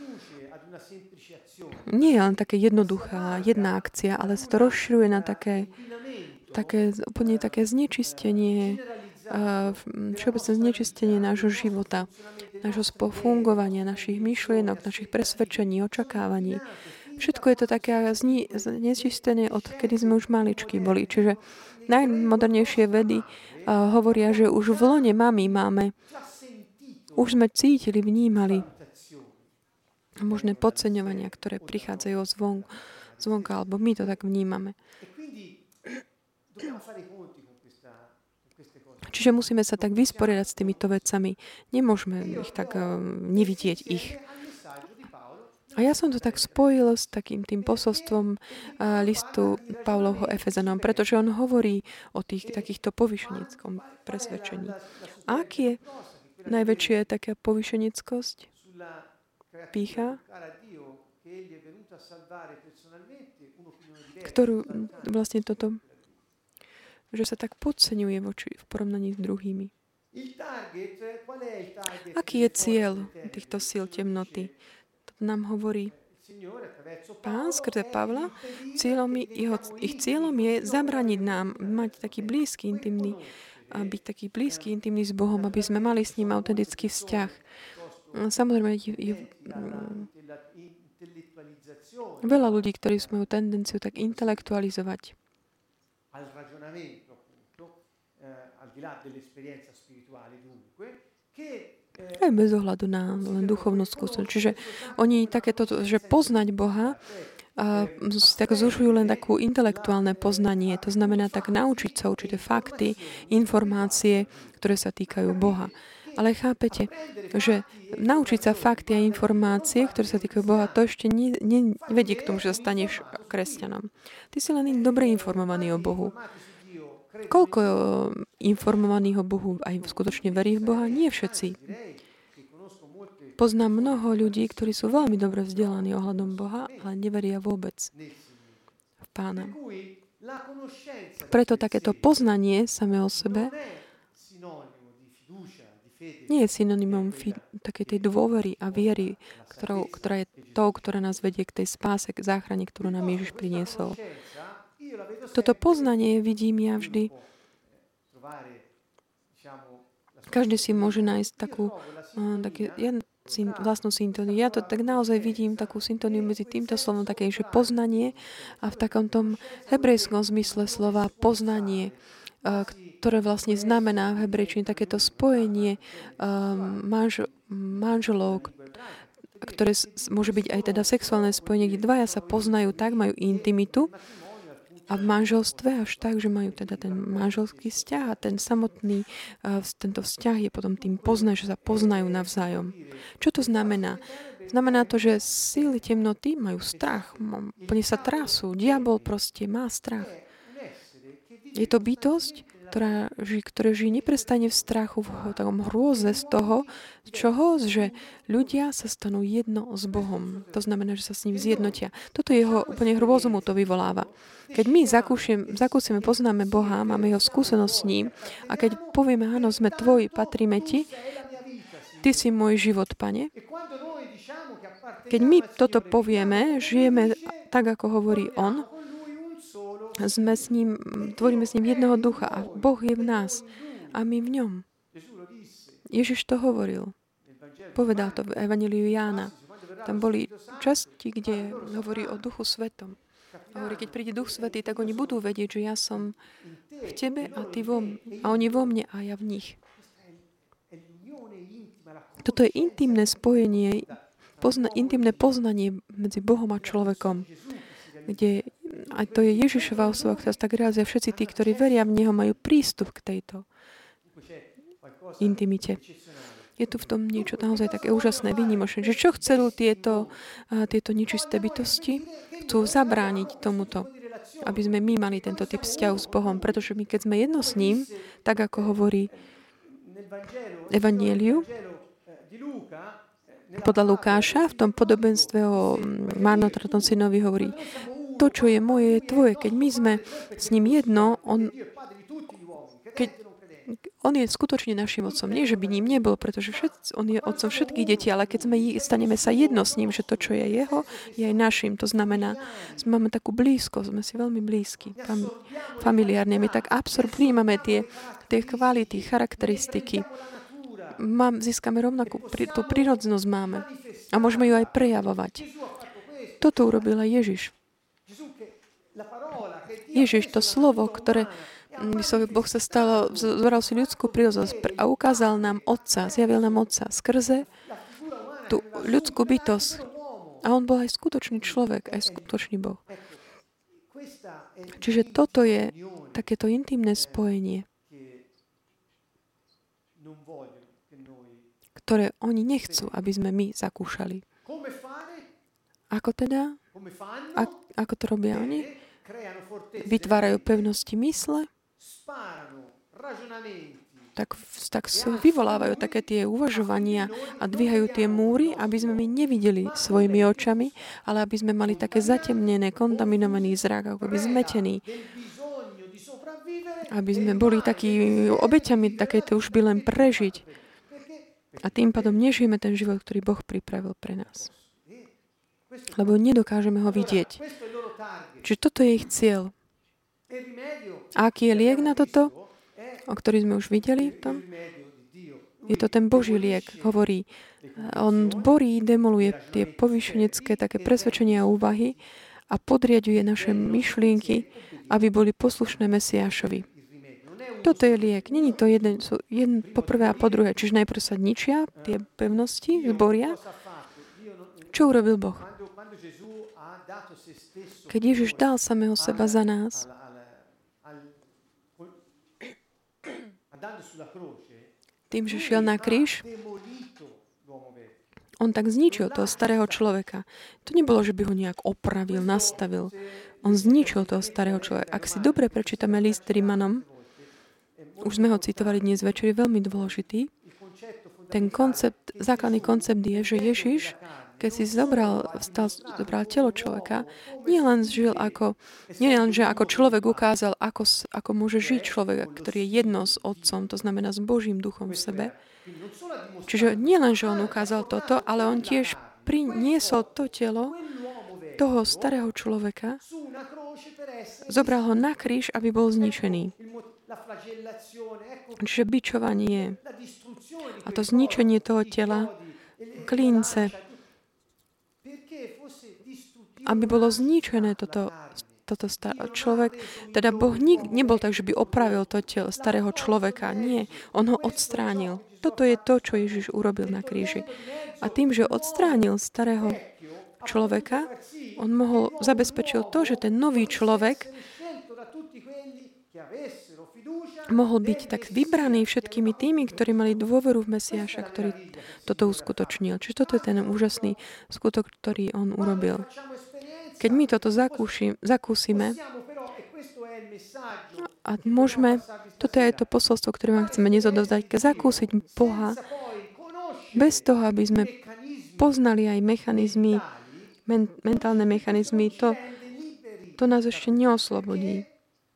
nie je len také jednoduchá, jedna akcia, ale sa to rozširuje na také také úplne také znečistenie, všeobecné znečistenie nášho života, nášho fungovania, našich myšlienok, našich presvedčení, očakávaní. Všetko je to také znečistené, od kedy sme už maličkí boli. Čiže najmodernejšie vedy hovoria, že už v lone mami máme, už sme cítili, vnímali možné podceňovania, ktoré prichádzajú zvon, zvonka, alebo my to tak vnímame. Čiže musíme sa tak vysporiadať s týmito vecami. Nemôžeme ich tak uh, nevidieť ich. A ja som to tak spojil s takým tým posolstvom uh, listu Pavlovho Efezanom, pretože on hovorí o tých takýchto povýšeneckom presvedčení. A aký je najväčšia taká povýšeneckosť? Pýcha? Ktorú vlastne toto že sa tak podceňuje voči v porovnaní s druhými. Aký je cieľ týchto síl temnoty? To nám hovorí Pán skrze Pavla. Cieľom jeho, ich cieľom je zabrániť nám mať taký blízky, intimný, a byť taký blízky, intimný s Bohom, aby sme mali s ním autentický vzťah. Samozrejme, je, je veľa ľudí, ktorí majú tendenciu tak intelektualizovať. Aj bez ohľadu na len duchovnú skúsenosť. Čiže oni takéto, že poznať Boha a tak zužujú len takú intelektuálne poznanie. To znamená tak naučiť sa určité fakty, informácie, ktoré sa týkajú Boha. Ale chápete, že naučiť sa fakty a informácie, ktoré sa týkajú Boha, to ešte nie, nie, nevedie k tomu, že sa staneš kresťanom. Ty si len dobre informovaný o Bohu. Koľko informovaných o Bohu aj skutočne verí v Boha? Nie všetci. Poznám mnoho ľudí, ktorí sú veľmi dobre vzdelaní ohľadom Boha, ale neveria vôbec v Pána. Preto takéto poznanie samé o sebe nie je synonymom fi- takej tej dôvery a viery, ktorou, ktorá je tou, ktorá nás vedie k tej spáse, k záchrane, ktorú nám Ježiš priniesol. Toto poznanie vidím ja vždy. Každý si môže nájsť takú, uh, také, ja, syn, vlastnú syntóniu. Ja to tak naozaj vidím, takú syntóniu medzi týmto slovom, také, že poznanie a v takom tom hebrejskom zmysle slova poznanie, uh, ktoré vlastne znamená v hebrejčine takéto spojenie um, manž, manželov, ktoré môže byť aj teda sexuálne spojenie, kde dvaja sa poznajú tak, majú intimitu, a v manželstve až tak, že majú teda ten manželský vzťah a ten samotný, uh, tento vzťah je potom tým poznajú, že sa poznajú navzájom. Čo to znamená? Znamená to, že síly temnoty majú strach, plne sa trasú. Diabol proste má strach. Je to bytosť, ktorá ži, ktoré žije neprestane v strachu, v takom hrôze z toho, z čoho, že ľudia sa stanú jedno s Bohom. To znamená, že sa s ním zjednotia. Toto jeho úplne hrôzu mu to vyvoláva. Keď my zakúšime, zakúsime, poznáme Boha, máme jeho skúsenosť s ním a keď povieme, áno, sme tvoji, patríme ti, ty si môj život, Pane. Keď my toto povieme, žijeme tak, ako hovorí on, sme s ním, tvoríme s ním jedného ducha a Boh je v nás a my v ňom. Ježiš to hovoril. Povedal to v Evanjeliu Jána. Tam boli časti, kde hovorí o Duchu Svetom. Hovorí, keď príde Duch Svetý, tak oni budú vedieť, že ja som v tebe a ty vo mne. A oni vo mne a ja v nich. Toto je intimné spojenie, pozna, intimné poznanie medzi Bohom a človekom, kde aj to je Ježišova osoba, ktorá sa tak realizuje. Všetci tí, ktorí veria v Neho, majú prístup k tejto intimite. Je tu v tom niečo naozaj také úžasné, výnimočné. Že čo chcú tieto, tieto nečisté bytosti? Chcú zabrániť tomuto, aby sme my mali tento typ vzťahu s Bohom. Pretože my, keď sme jedno s ním, tak ako hovorí Evangeliu, podľa Lukáša, v tom podobenstve o marnotratnom synovi hovorí, to, čo je moje, je tvoje. Keď my sme s ním jedno, on, keď, on je skutočne našim otcom. Nie, že by ním nebol, pretože všet, on je otcom všetkých detí, ale keď sme, staneme sa jedno s ním, že to, čo je jeho, je aj našim. To znamená, máme takú blízkosť, sme si veľmi blízki, fam, familiárne. My tak absorbujeme tie, tie kvality, charakteristiky. Mám, získame rovnakú, tú prírodzenosť máme. A môžeme ju aj prejavovať. Toto urobil aj Ježiš. Ježiš, to slovo, ktoré Boh sa stalo, zobral si ľudskú prírodzenosť a ukázal nám Otca, zjavil nám Otca skrze tú ľudskú bytosť. A on bol aj skutočný človek, aj skutočný Boh. Čiže toto je takéto intimné spojenie, ktoré oni nechcú, aby sme my zakúšali. Ako teda? A, ako to robia oni? Vytvárajú pevnosti mysle, tak, tak vyvolávajú také tie uvažovania a dvíhajú tie múry, aby sme my nevideli svojimi očami, ale aby sme mali také zatemnené, kontaminovaný zrak, ako by zmetený. Aby sme boli takí obeťami také túžby len prežiť. A tým pádom nežijeme ten život, ktorý Boh pripravil pre nás. Lebo nedokážeme ho vidieť. Čiže toto je ich cieľ. A aký je liek na toto, o ktorý sme už videli v tom? Je to ten Boží liek, hovorí. On borí, demoluje tie povyšenecké také presvedčenia a úvahy a podriaďuje naše myšlienky, aby boli poslušné Mesiášovi. Toto je liek. Není to jeden, sú jeden po prvé a po druhé. Čiže najprv sa ničia tie pevnosti, zboria. Čo urobil Boh? Keď Ježiš dal samého seba za nás, tým, že šiel na kríž, on tak zničil toho starého človeka. To nebolo, že by ho nejak opravil, nastavil. On zničil toho starého človeka. Ak si dobre prečítame list Rimanom, už sme ho citovali dnes večer, je veľmi dôležitý. Ten koncept, základný koncept je, že Ježiš, keď si zobral, stal, zobral telo človeka, nie len žil ako, nie len, že ako človek ukázal, ako, ako môže žiť človek, ktorý je jedno s Otcom, to znamená s Božím duchom v sebe. Čiže nie len, že on ukázal toto, ale on tiež priniesol to telo toho starého človeka, zobral ho na kríž, aby bol zničený. Čiže bičovanie a to zničenie toho tela, klince, aby bolo zničené toto, toto star- človek. Teda Boh nik- nebol tak, že by opravil to telo starého človeka. Nie, on ho odstránil. Toto je to, čo Ježiš urobil na kríži. A tým, že odstránil starého človeka, on mohol, zabezpečil to, že ten nový človek mohol byť tak vybraný všetkými tými, ktorí mali dôveru v Mesiáša, ktorý toto uskutočnil. Čiže toto je ten úžasný skutok, ktorý on urobil. Keď my toto zakúši, zakúsime a môžeme, toto je to posolstvo, ktoré vám chceme dnes odovzdať, keď zakúsiť Boha bez toho, aby sme poznali aj mechanizmy, men, mentálne mechanizmy, to, to nás ešte neoslobodí.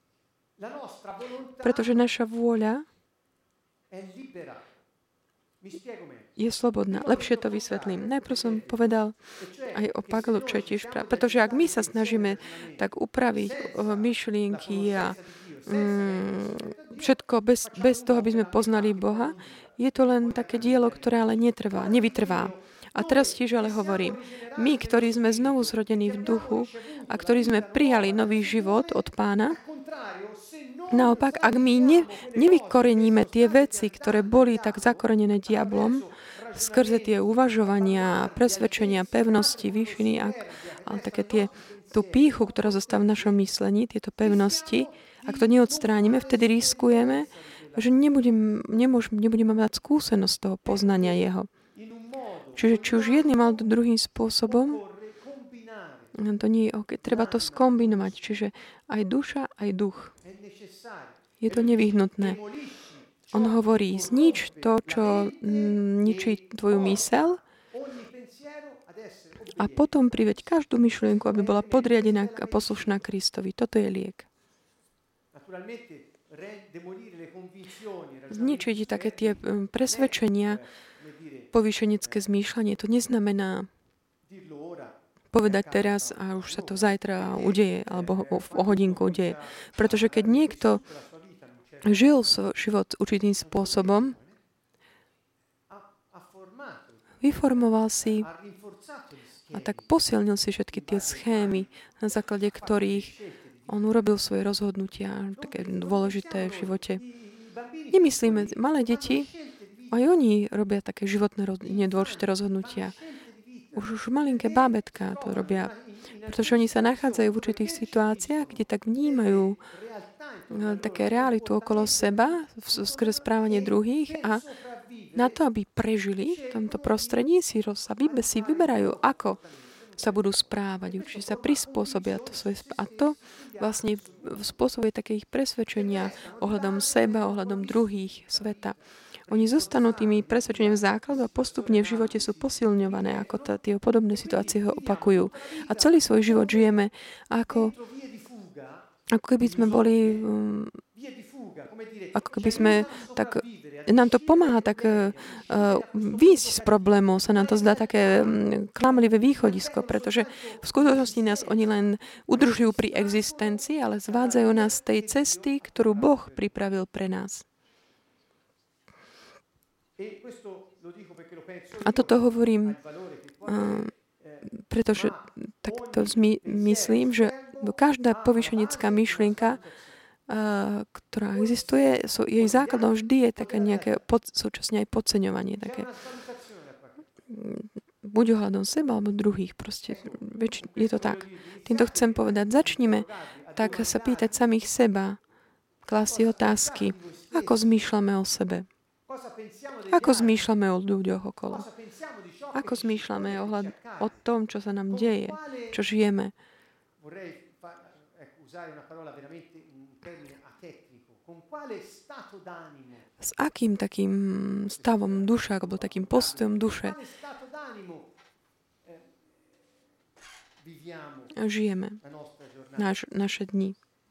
Pretože naša vôľa je slobodná. Lepšie to vysvetlím. Najprv som povedal aj o Paglu, čo je tiež pravda. Pretože ak my sa snažíme tak upraviť myšlienky a mm, všetko bez, bez toho, aby sme poznali Boha, je to len také dielo, ktoré ale netrvá, nevytrvá. A teraz tiež ale hovorím, my, ktorí sme znovu zrodení v duchu a ktorí sme prijali nový život od Pána, naopak, ak my ne, nevykoreníme tie veci, ktoré boli tak zakorenené diablom, skrze tie uvažovania, presvedčenia, pevnosti, výšiny, ak, ale také tie, tú pýchu, ktorá zostáva v našom myslení, tieto pevnosti, ak to neodstránime, vtedy riskujeme, že nebudem, nemôžem, nebudeme mať skúsenosť toho poznania jeho. Čiže či už jedným alebo druhým spôsobom, to nie je okay. Treba to skombinovať. Čiže aj duša, aj duch. Je to nevyhnutné. On hovorí, znič to, čo mm, ničí tvoju myseľ a potom priveď každú myšlienku, aby bola podriadená a poslušná Kristovi. Toto je liek. Zničiť také tie presvedčenia, povýšenecké zmýšľanie, to neznamená povedať teraz a už sa to zajtra udeje, alebo o, o hodinku udeje. Pretože keď niekto žil svoj život určitým spôsobom, vyformoval si a tak posilnil si všetky tie schémy, na základe ktorých on urobil svoje rozhodnutia, také dôležité v živote. Nemyslíme, malé deti, aj oni robia také životné nedôležité rozhodnutia. Už, už malinké bábetka to robia, pretože oni sa nachádzajú v určitých situáciách, kde tak vnímajú no, také realitu okolo seba, skrze správanie druhých a na to, aby prežili v tomto prostredí, si, sa vybe, si vyberajú, ako sa budú správať, určite sa prispôsobia to svoje a to vlastne spôsobuje také ich presvedčenia ohľadom seba, ohľadom druhých sveta. Oni zostanú tými presvedčeniami základu a postupne v živote sú posilňované, ako tá, tie podobné situácie ho opakujú. A celý svoj život žijeme ako, ako keby sme boli, um, ako keby sme tak, nám to pomáha tak uh, výjsť z problémov, sa nám to zdá také um, klamlivé východisko, pretože v skutočnosti nás oni len udržujú pri existencii, ale zvádzajú nás z tej cesty, ktorú Boh pripravil pre nás. A toto hovorím, uh, pretože takto zmy, myslím, že každá povýšenecká myšlienka, uh, ktorá existuje, so, jej základom vždy je také nejaké pod, súčasne aj podceňovanie. Také. buď ohľadom seba, alebo druhých. Proste, väč- je to tak. Týmto chcem povedať, začnime tak sa pýtať samých seba, klásť si otázky, ako zmýšľame o sebe. Ako zmýšľame o ľuďoch okolo. Ako zmýšľame ohľad, o tom, čo sa nám deje, čo žijeme. S akým takým stavom duše, alebo takým postojom duše žijeme naš, naše dni.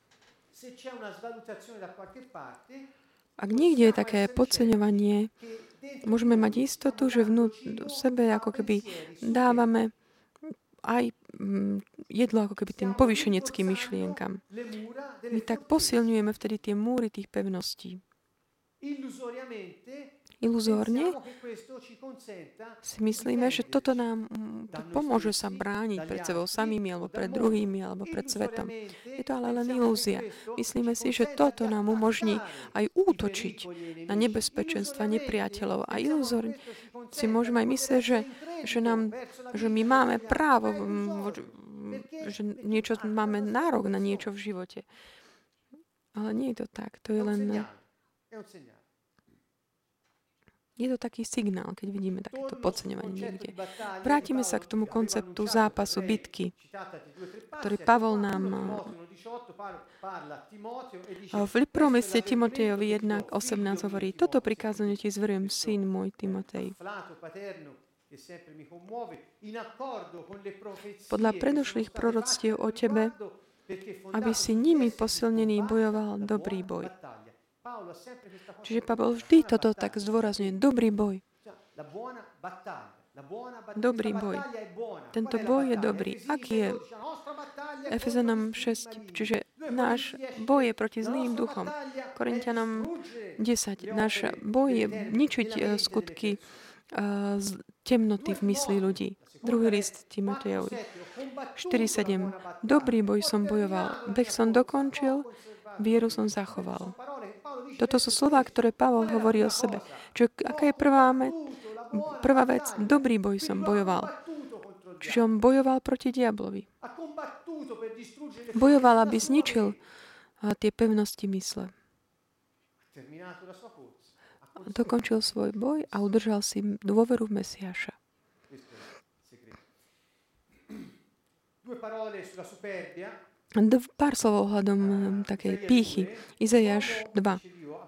Ak niekde je také podceňovanie, môžeme mať istotu, že vnú sebe ako keby dávame aj jedlo ako keby tým povýšeneckým myšlienkam. My tak posilňujeme vtedy tie múry tých pevností. Iluzórne si myslíme, že toto nám to pomôže sa brániť pred sebou samými, alebo pred druhými, alebo pred svetom. Je to ale len ilúzia. Myslíme si, že toto nám umožní aj útočiť na nebezpečenstva nepriateľov. A iluzórne si môžeme aj myslieť, že, že, nám, že my máme právo, že niečo, máme nárok na niečo v živote. Ale nie je to tak. To je len... Je to taký signál, keď vidíme takéto podceňovanie niekde. Vrátime sa k tomu konceptu zápasu, bitky, ktorý Pavol nám v prvom liste Timotejovi jedna osemnásť hovorí: Toto prikázanie ti zverujem, syn môj Timotej. Podľa predošlých proroctiev o tebe, aby si nimi posilnený bojoval dobrý boj. Čiže Pavol vždy toto tak zdôrazňuje. Dobrý boj. Dobrý boj. Tento boj je dobrý. Aký je? Efezanom šesť. Čiže náš boj je proti zlým duchom. Korinťanom desať. Náš boj je ničiť skutky z temnoty v mysli ľudí. Druhý list Timotejovi. štyri sedem. Dobrý boj som bojoval. Beh som dokončil. Vieru som zachoval. Toto sú slová, ktoré Pavol hovorí o sebe. Čiže aká je prvá, prvá vec? Dobrý boj som bojoval. Čiže on bojoval proti diablovi. Bojoval, aby zničil tie pevnosti mysle. Dokončil svoj boj a udržal si dôveru v Mesiáša. Pár slov ohľadom takej pýchy. Izajáš dva.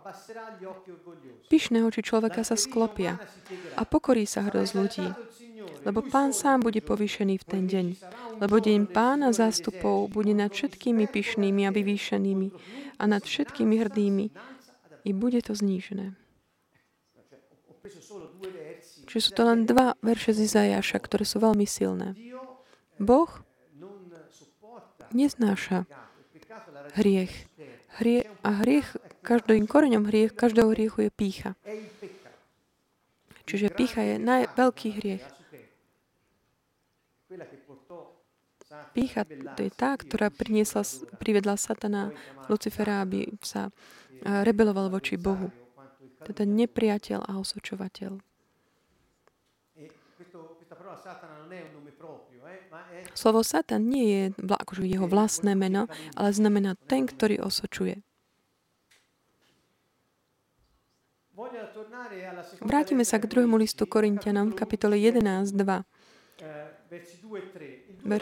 Pyšné oči človeka sa sklopia a pokorí sa hrdosť ľudí, lebo Pán sám bude povýšený v ten deň. Lebo deň Pána zástupov bude nad všetkými pyšnými a vyvýšenými a nad všetkými hrdými i bude to znížené. Čiže sú to len dva verše z Izajáša, ktoré sú veľmi silné. Boh neznáša hriech. Hrie, a hriech, každým koreňom hriech, každého hriechu je pýcha. Čiže pýcha je najveľký hriech. Pýcha to je tá, ktorá priniesla, privedla Satana, Lucifera, aby sa rebeloval voči Bohu. Teda nepriateľ a osočovateľ. Slovo Satan nie je akože jeho vlastné meno, ale znamená ten, ktorý osočuje. Vrátime sa k druhému listu Korinťanom v kapitole jedenásť dva. Ver...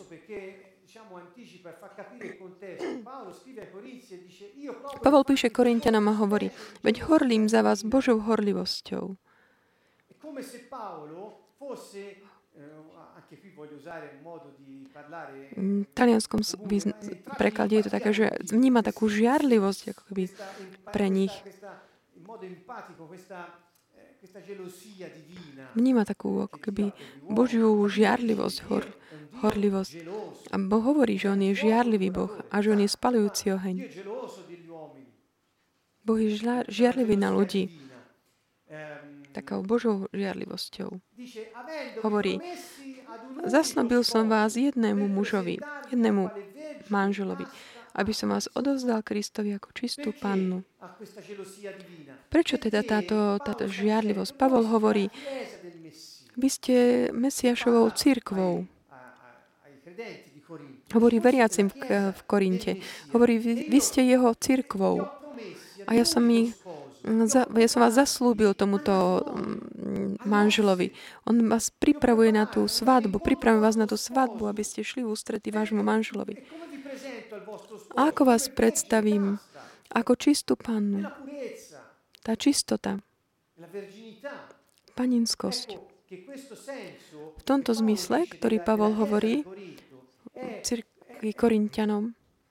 Pavol píše Korinťanom a hovorí: Veď horlím za vás Božou horlivosťou. V talianskom preklade je to také, že vníma takú žiarlivosť ako keby pre nich. Vníma takú ako keby Božiu žiarlivosť, hor, horlivosť. A Boh hovorí, že on je žiarlivý Boh a že on je spalujúci oheň. Boh je žiarlivý na ľudí. Takou Božou žiarlivosťou. Hovorí: Zasnobil som vás jednému mužovi, jednému manželovi, aby som vás odovzdal Kristovi ako čistú pannu. Prečo teda táto, táto žiarlivosť? Pavol hovorí Vy ste Mesiášovou cirkvou. Hovorí veriacim v, v Korinte. Hovorí, vy, vy ste jeho cirkvou. A ja som, ich, ja som vás zaslúbil tomuto manželovi. On vás pripravuje na tú svadbu. Pripravuje vás na tú svadbu, aby ste šli v ústrety vášmu manželovi. A ako vás predstavím? Ako čistú pannu. Tá čistota. Paninskosť. V tomto zmysle, ktorý Pavol hovorí cirkvi Korinťanom,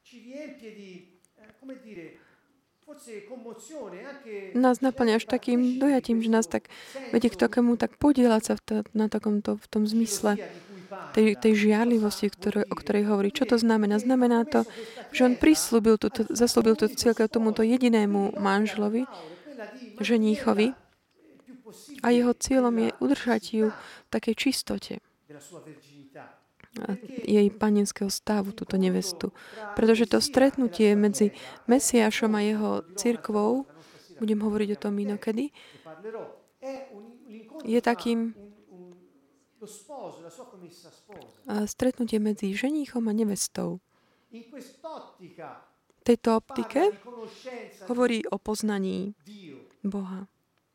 nás naplňa až takým dojatím, že nás tak vedie k takému tak podieľať sa v, to, na takomto, v tom zmysle tej, tej žiarlivosti, ktoré, o ktorej hovorí. Čo to znamená? Znamená to, že on prislúbil túto, zaslúbil túto cieľku tomuto jedinému manželovi, ženíchovi, a jeho cieľom je udržať ju v takej čistote jej panenského stavu, túto nevestu. Pretože to stretnutie medzi Mesiášom a jeho cirkvou, budem hovoriť o tom inokedy, je takým stretnutie medzi ženíchom a nevestou. V tejto optike hovorí o poznaní Boha.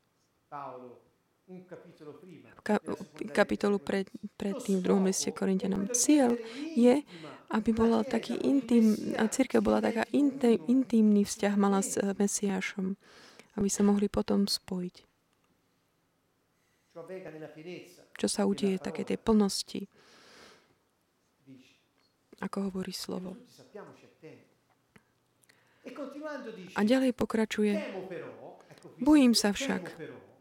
Ka- kapitolu pred, pred tým v druhom liste Korinťanom. Cieľ je, aby bola taký intim, a cirkev bola taká intim, intimný vzťah mala s Mesiášom, aby sa mohli potom spojiť. Čo sa udieje v takej tej plnosti, ako hovorí slovo. A ďalej pokračuje. Bojím sa však,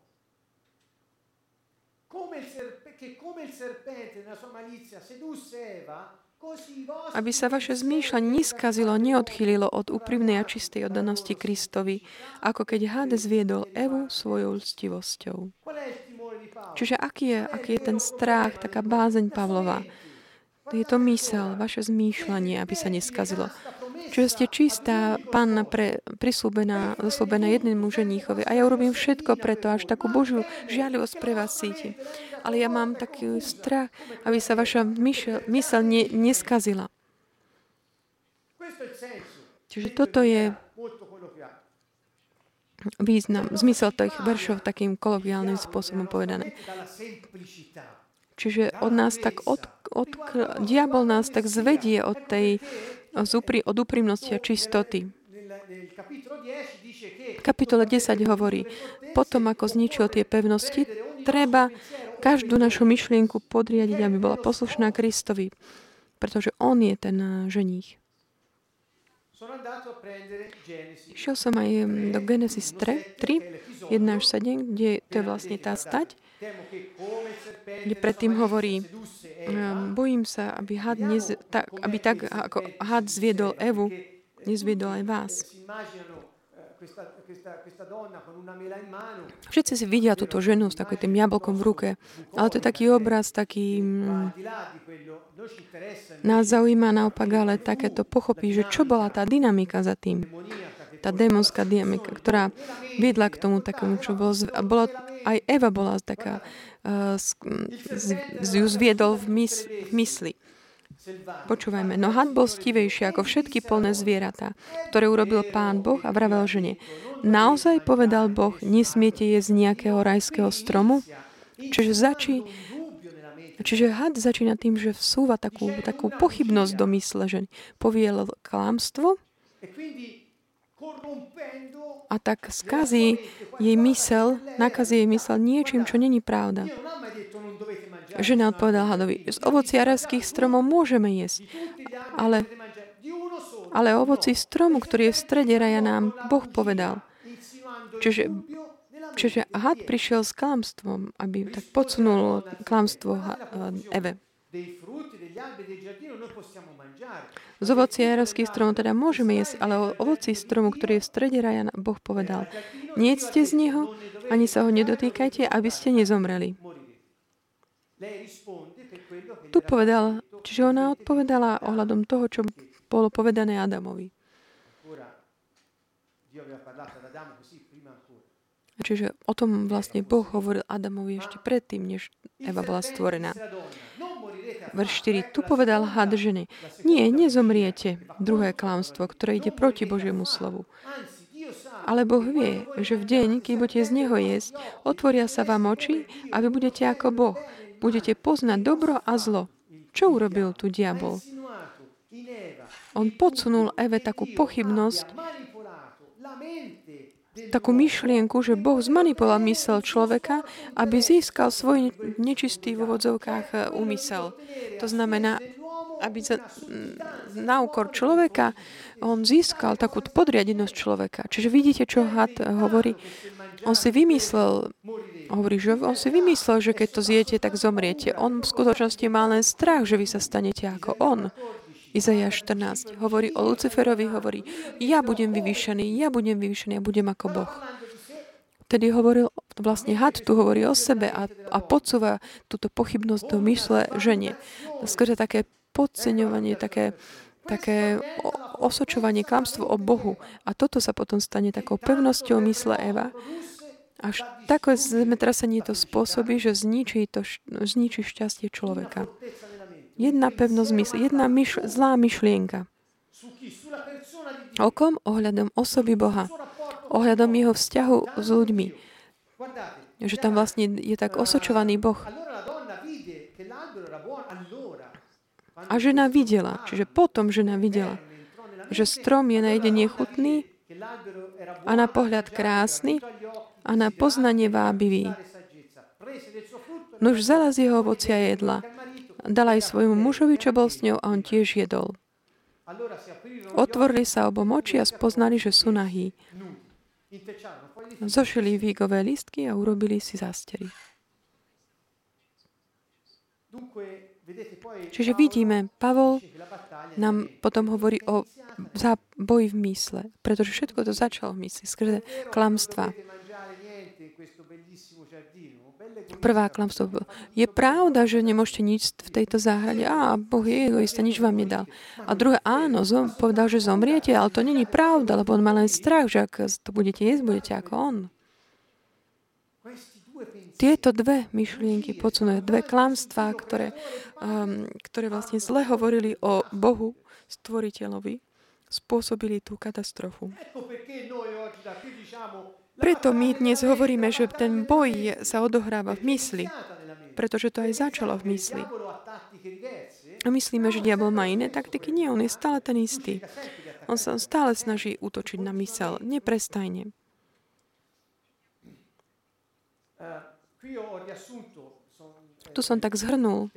aby sa vaše zmýšľanie neskazilo, neodchýlilo od úprimnej a čistej oddanosti Kristovi, ako keď had zviedol Evu svojou lstivosťou. Čiže aký je, aký je ten strach, taká bázeň Pavlova? Je to mysel, vaše zmýšľanie, aby sa neskazilo. Čiže ste čistá panna pre, prislúbená, zaslúbená jednému ženíchovi. A ja urobím všetko preto, až takú Božiu žiarlivosť pre vás cítim. Ale ja mám taký strach, aby sa vaša myšel, mysel ne, neskazila. Čiže toto je význam, zmysel tých veršov takým kolokiálnym spôsobom povedané. Čiže od nás tak od, od, diabol nás tak zvedie od tej od úprimnosti a čistoty. V kapitole desať hovorí, potom ako zničil tie pevnosti, treba každú našu myšlienku podriadiť, aby bola poslušná Kristovi, pretože on je ten ženích. Išiel som aj do Genesis tri, jeden až sedem, kde to je vlastne tá stať, kde predtým hovorí, bojím sa, aby had, nez, tak, aby tak, ako had zviedol Evu, nezviedol aj vás. Všetci si vidia túto ženu s takým tým jablkom v ruke, ale to je taký obraz, taký... Nás zaujíma naopak, ale takéto pochopí, že čo bola tá dynamika za tým. Tá démonská dynamika, ktorá viedla k tomu takému, čo bolo... bolo aj Eva bola taká... Uh, z, z, ju zviedol v, mys, v mysli. Počúvajme, no had bol stivejší ako všetky polné zvieratá, ktoré urobil Pán Boh a vravel žene. Naozaj povedal Boh, nesmiete jesť nejakého rajského stromu? Čiže začí, čiže had začína tým, že vsúva takú, takú pochybnosť do mysle ženy. Poviel klamstvo a tak skazí jej mysel, nakazí jej mysel niečím, čo není pravda. Žena odpovedala hadovi, z ovocia rajských stromov môžeme jesť, ale, ale ovoci stromu, ktorý je v strede raja, nám Boh povedal. Čiže, čiže had prišiel s klamstvom, aby tak podsunul klamstvo Eve. Z ovocia rajských stromov teda môžeme jesť, ale o ovoci stromu, ktorý je v strede raja, Boh povedal, nejedzte z neho, ani sa ho nedotýkajte, aby ste nezomreli. Tu povedal, čiže ona odpovedala ohľadom toho, čo bolo povedané Adamovi. Čiže o tom vlastne Boh hovoril Adamovi ešte predtým, než Eva bola stvorená. Verš štyri. Tu povedal had ženy. Nie, nezomriete. Druhé klamstvo, ktoré ide proti Božiemu slovu. Ale Boh vie, že v deň, keď budete z neho jesť, otvoria sa vám oči a vy budete ako Boh. Budete poznať dobro a zlo. Čo urobil tu diabol? On podsunul Eve takú pochybnosť, takú myšlienku, že Boh zmanipuloval mysel človeka, aby získal svoj nečistý v úvodzovkách úmysel. To znamená, aby za, na úkor človeka on získal takú podriadenosť človeka. Čiže vidíte, čo had hovorí? On si vymyslel, hovorí, že on si vymyslel, že keď to zjete, tak zomriete. On v skutočnosti má len strach, že vy sa stanete ako on. Izaiáš štrnásť hovorí o Luciferovi, hovorí, ja budem vyvýšený, ja budem vyvýšený, ja budem ako Boh. Tedy hovoril, vlastne had tu hovorí o sebe a, a podsúva túto pochybnosť do mysle žene. Skôr také podceňovanie, také, také osočovanie, klamstvo o Bohu. A toto sa potom stane takou pevnosťou mysle Eva. Až také zemetrasenie to spôsobí, že zničí, to, zničí šťastie človeka. Jedna pevnosť mysle, jedna myš, zlá myšlienka. O kom? Ohľadom osoby Boha. Ohľadom jeho vzťahu s ľuďmi. Že tam vlastne je tak osočovaný Boh. A žena videla, čiže potom žena videla, že strom je na jedenie chutný a na pohľad krásny a na poznanie vábivý. Nuž vzala z jeho ovocia jedla. Dala aj svojmu mužovi, čo bol s ňou, a on tiež jedol. Otvorili sa obom oči a spoznali, že sú nahí. Zošili fígové lístky a urobili si zástery. Čiže vidíme, Pavol nám potom hovorí o boji v mysle, pretože všetko to začalo v mysli, skrze klamstva. Prvá klamstvo bolo. Je pravda, že nemôžete nič v tejto záhrade? Á, Boh je egoista, nič vám nedal. A druhé, áno, zom, povedal, že zomriete, ale to není pravda, lebo on má len strach, že ak to budete jesť, budete ako on. Tieto dve myšlienky podsunujú, dve klamstvá, ktoré, um, ktoré vlastne zle hovorili o Bohu, stvoriteľovi, spôsobili tú katastrofu. Preto my dnes hovoríme, že ten boj sa odohráva v mysli, pretože to aj začalo v mysli. A myslíme, že diabol má iné taktiky. Nie, on je stále ten istý. On sa stále snaží útočiť na mysel, neprestajne. Tu som tak zhrnul.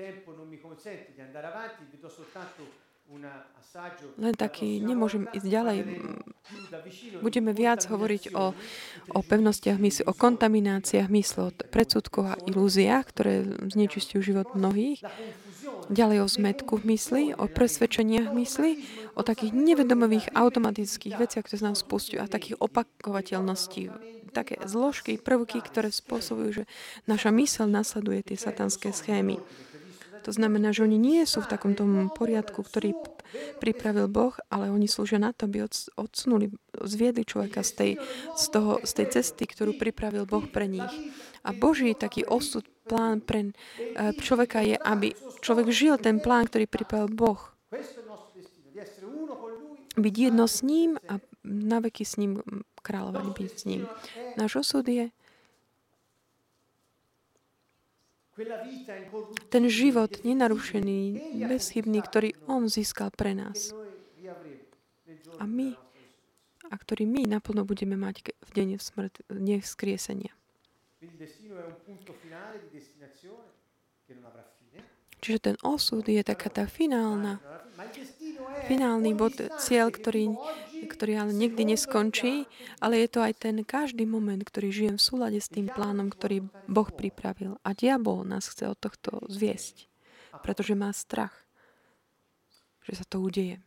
Len taký, nemôžem ísť ďalej. Budeme viac hovoriť o, o pevnostiach mysli, o kontamináciách mysle, o predsudkoch a ilúziách, ktoré znečistujú život mnohých. Ďalej o zmätku v mysli, o presvedčeniach mysli, o takých nevedomových automatických veciach, ktoré nám spúšťujú, a takých opakovateľností. Také zložky, prvky, ktoré spôsobujú, že naša myseľ nasleduje tie satanské schémy. To znamená, že oni nie sú v takom tom poriadku, ktorý pripravil Boh, ale oni slúžia na to, aby odsunuli, zviedli človeka z tej, z, toho, z tej cesty, ktorú pripravil Boh pre nich. A Boží taký osud, plán pre človeka je, aby človek žil ten plán, ktorý pripravil Boh. Byť jedno s ním a naveky s ním kráľovať, byť s ním. Náš osud je ten život nenarušený, bezchybný, ktorý on získal pre nás. A my, a ktorý my naplno budeme mať v deň smrti, dne vzkriesenia. Čiže ten osud je taká tá finálna, finálny bod, cieľ, ktorý, ktorý ale nikdy neskončí, ale je to aj ten každý moment, ktorý žijem v súlade s tým plánom, ktorý Boh pripravil. A diabol nás chce od tohto zviesť, pretože má strach, že sa to udeje.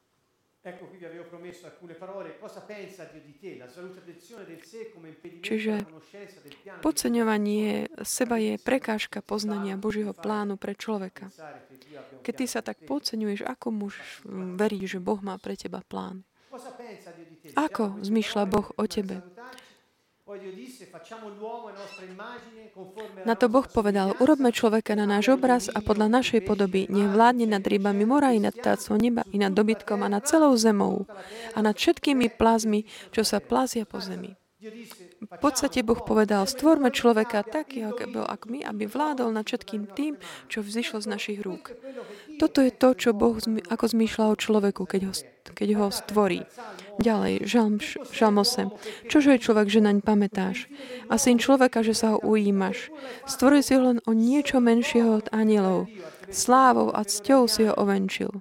Čiže podceňovanie seba je prekážka poznania Božieho plánu pre človeka. Keď ty sa tak podceňuješ, ako môžeš veriť, že Boh má pre teba plán? Ako zmýšľa Boh o tebe? Na to Boh povedal, urobme človeka na náš obraz a podľa našej podoby, nech vládne nad rybami mora i nad vtáctvom neba i nad dobytkom a nad celou zemou a nad všetkými plazmi, čo sa plazia po zemi. V podstate Boh povedal, stvorme človeka takého, ako bol ako my, aby vládol nad všetkým tým, čo vzýšlo z našich rúk. Toto je to, čo Boh ako zmýšľal o človeku, keď ho, keď ho stvorí. Ďalej, Žalm, Žalm osem. Čože je človek, že naň pamätáš? A syn človeka, že sa ho ujímaš. Stvoril si ho len o niečo menšieho od anielov. Slávou a cťou si ho ovenčil.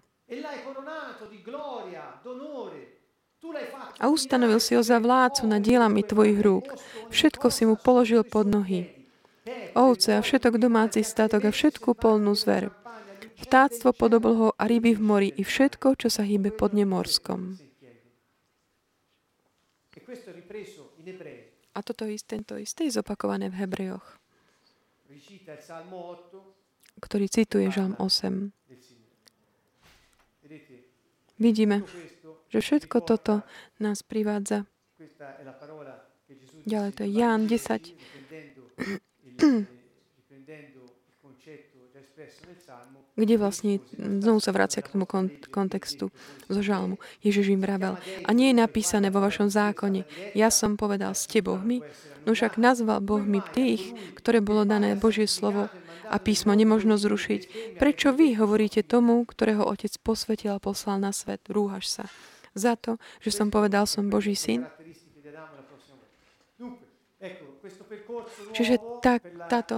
A ustanovil si ho za vládcu nad dielami tvojich rúk. Všetko si mu položil pod nohy. Ovce a všetok domáci statok a všetku polnú zver. Vtáctvo pod oblohou a ryby v mori i všetko, čo sa hýbe pod nemorskom. A toto isté, to isté je zopakované v Hebrejoch, ktorý cituje Žalm osem. Vidíme, že všetko toto nás privádza. Ďalej to je Ján desať. Kde vlastne znovu sa vracia k tomu kontextu zo žalmu. Ježiš im vravel. A nie je napísané vo vašom zákone. Ja som povedal, ste bohmi, no však nazval bohmi tých, ktoré bolo dané Božie slovo a písmo nemožno zrušiť. Prečo vy hovoríte tomu, ktorého Otec posvetil a poslal na svet? Rúhaš sa. Za to, že som povedal, som Boží syn? Čiže tak, táto,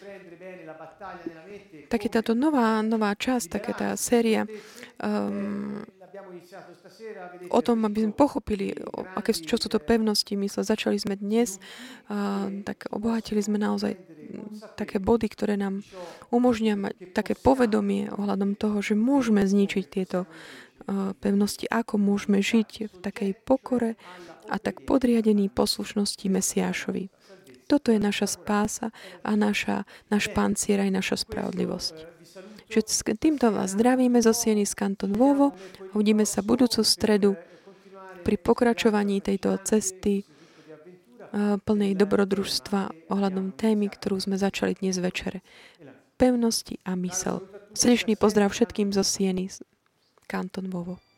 také táto nová, nová časť, taká tá séria um, o tom, aby sme pochopili, o, aké, čo sú to pevnosti mysle. Začali sme dnes, uh, tak obohatili sme naozaj také body, ktoré nám umožňujú mať také povedomie ohľadom toho, že môžeme zničiť tieto uh, pevnosti, ako môžeme žiť v takej pokore a tak podriadený poslušnosti Mesiášovi. Toto je naša spása a naša, náš pancier aj naša spravodlivosť. Čiže s týmto vás zdravíme zo Sieny z Kanton Nuovo. Uvidíme sa budúcu stredu pri pokračovaní tejto cesty plnej dobrodružstva ohľadom témy, ktorú sme začali dnes večer. Pevnosti a mysel. Srdečný pozdrav všetkým zo Sieny z Kanton Nuovo.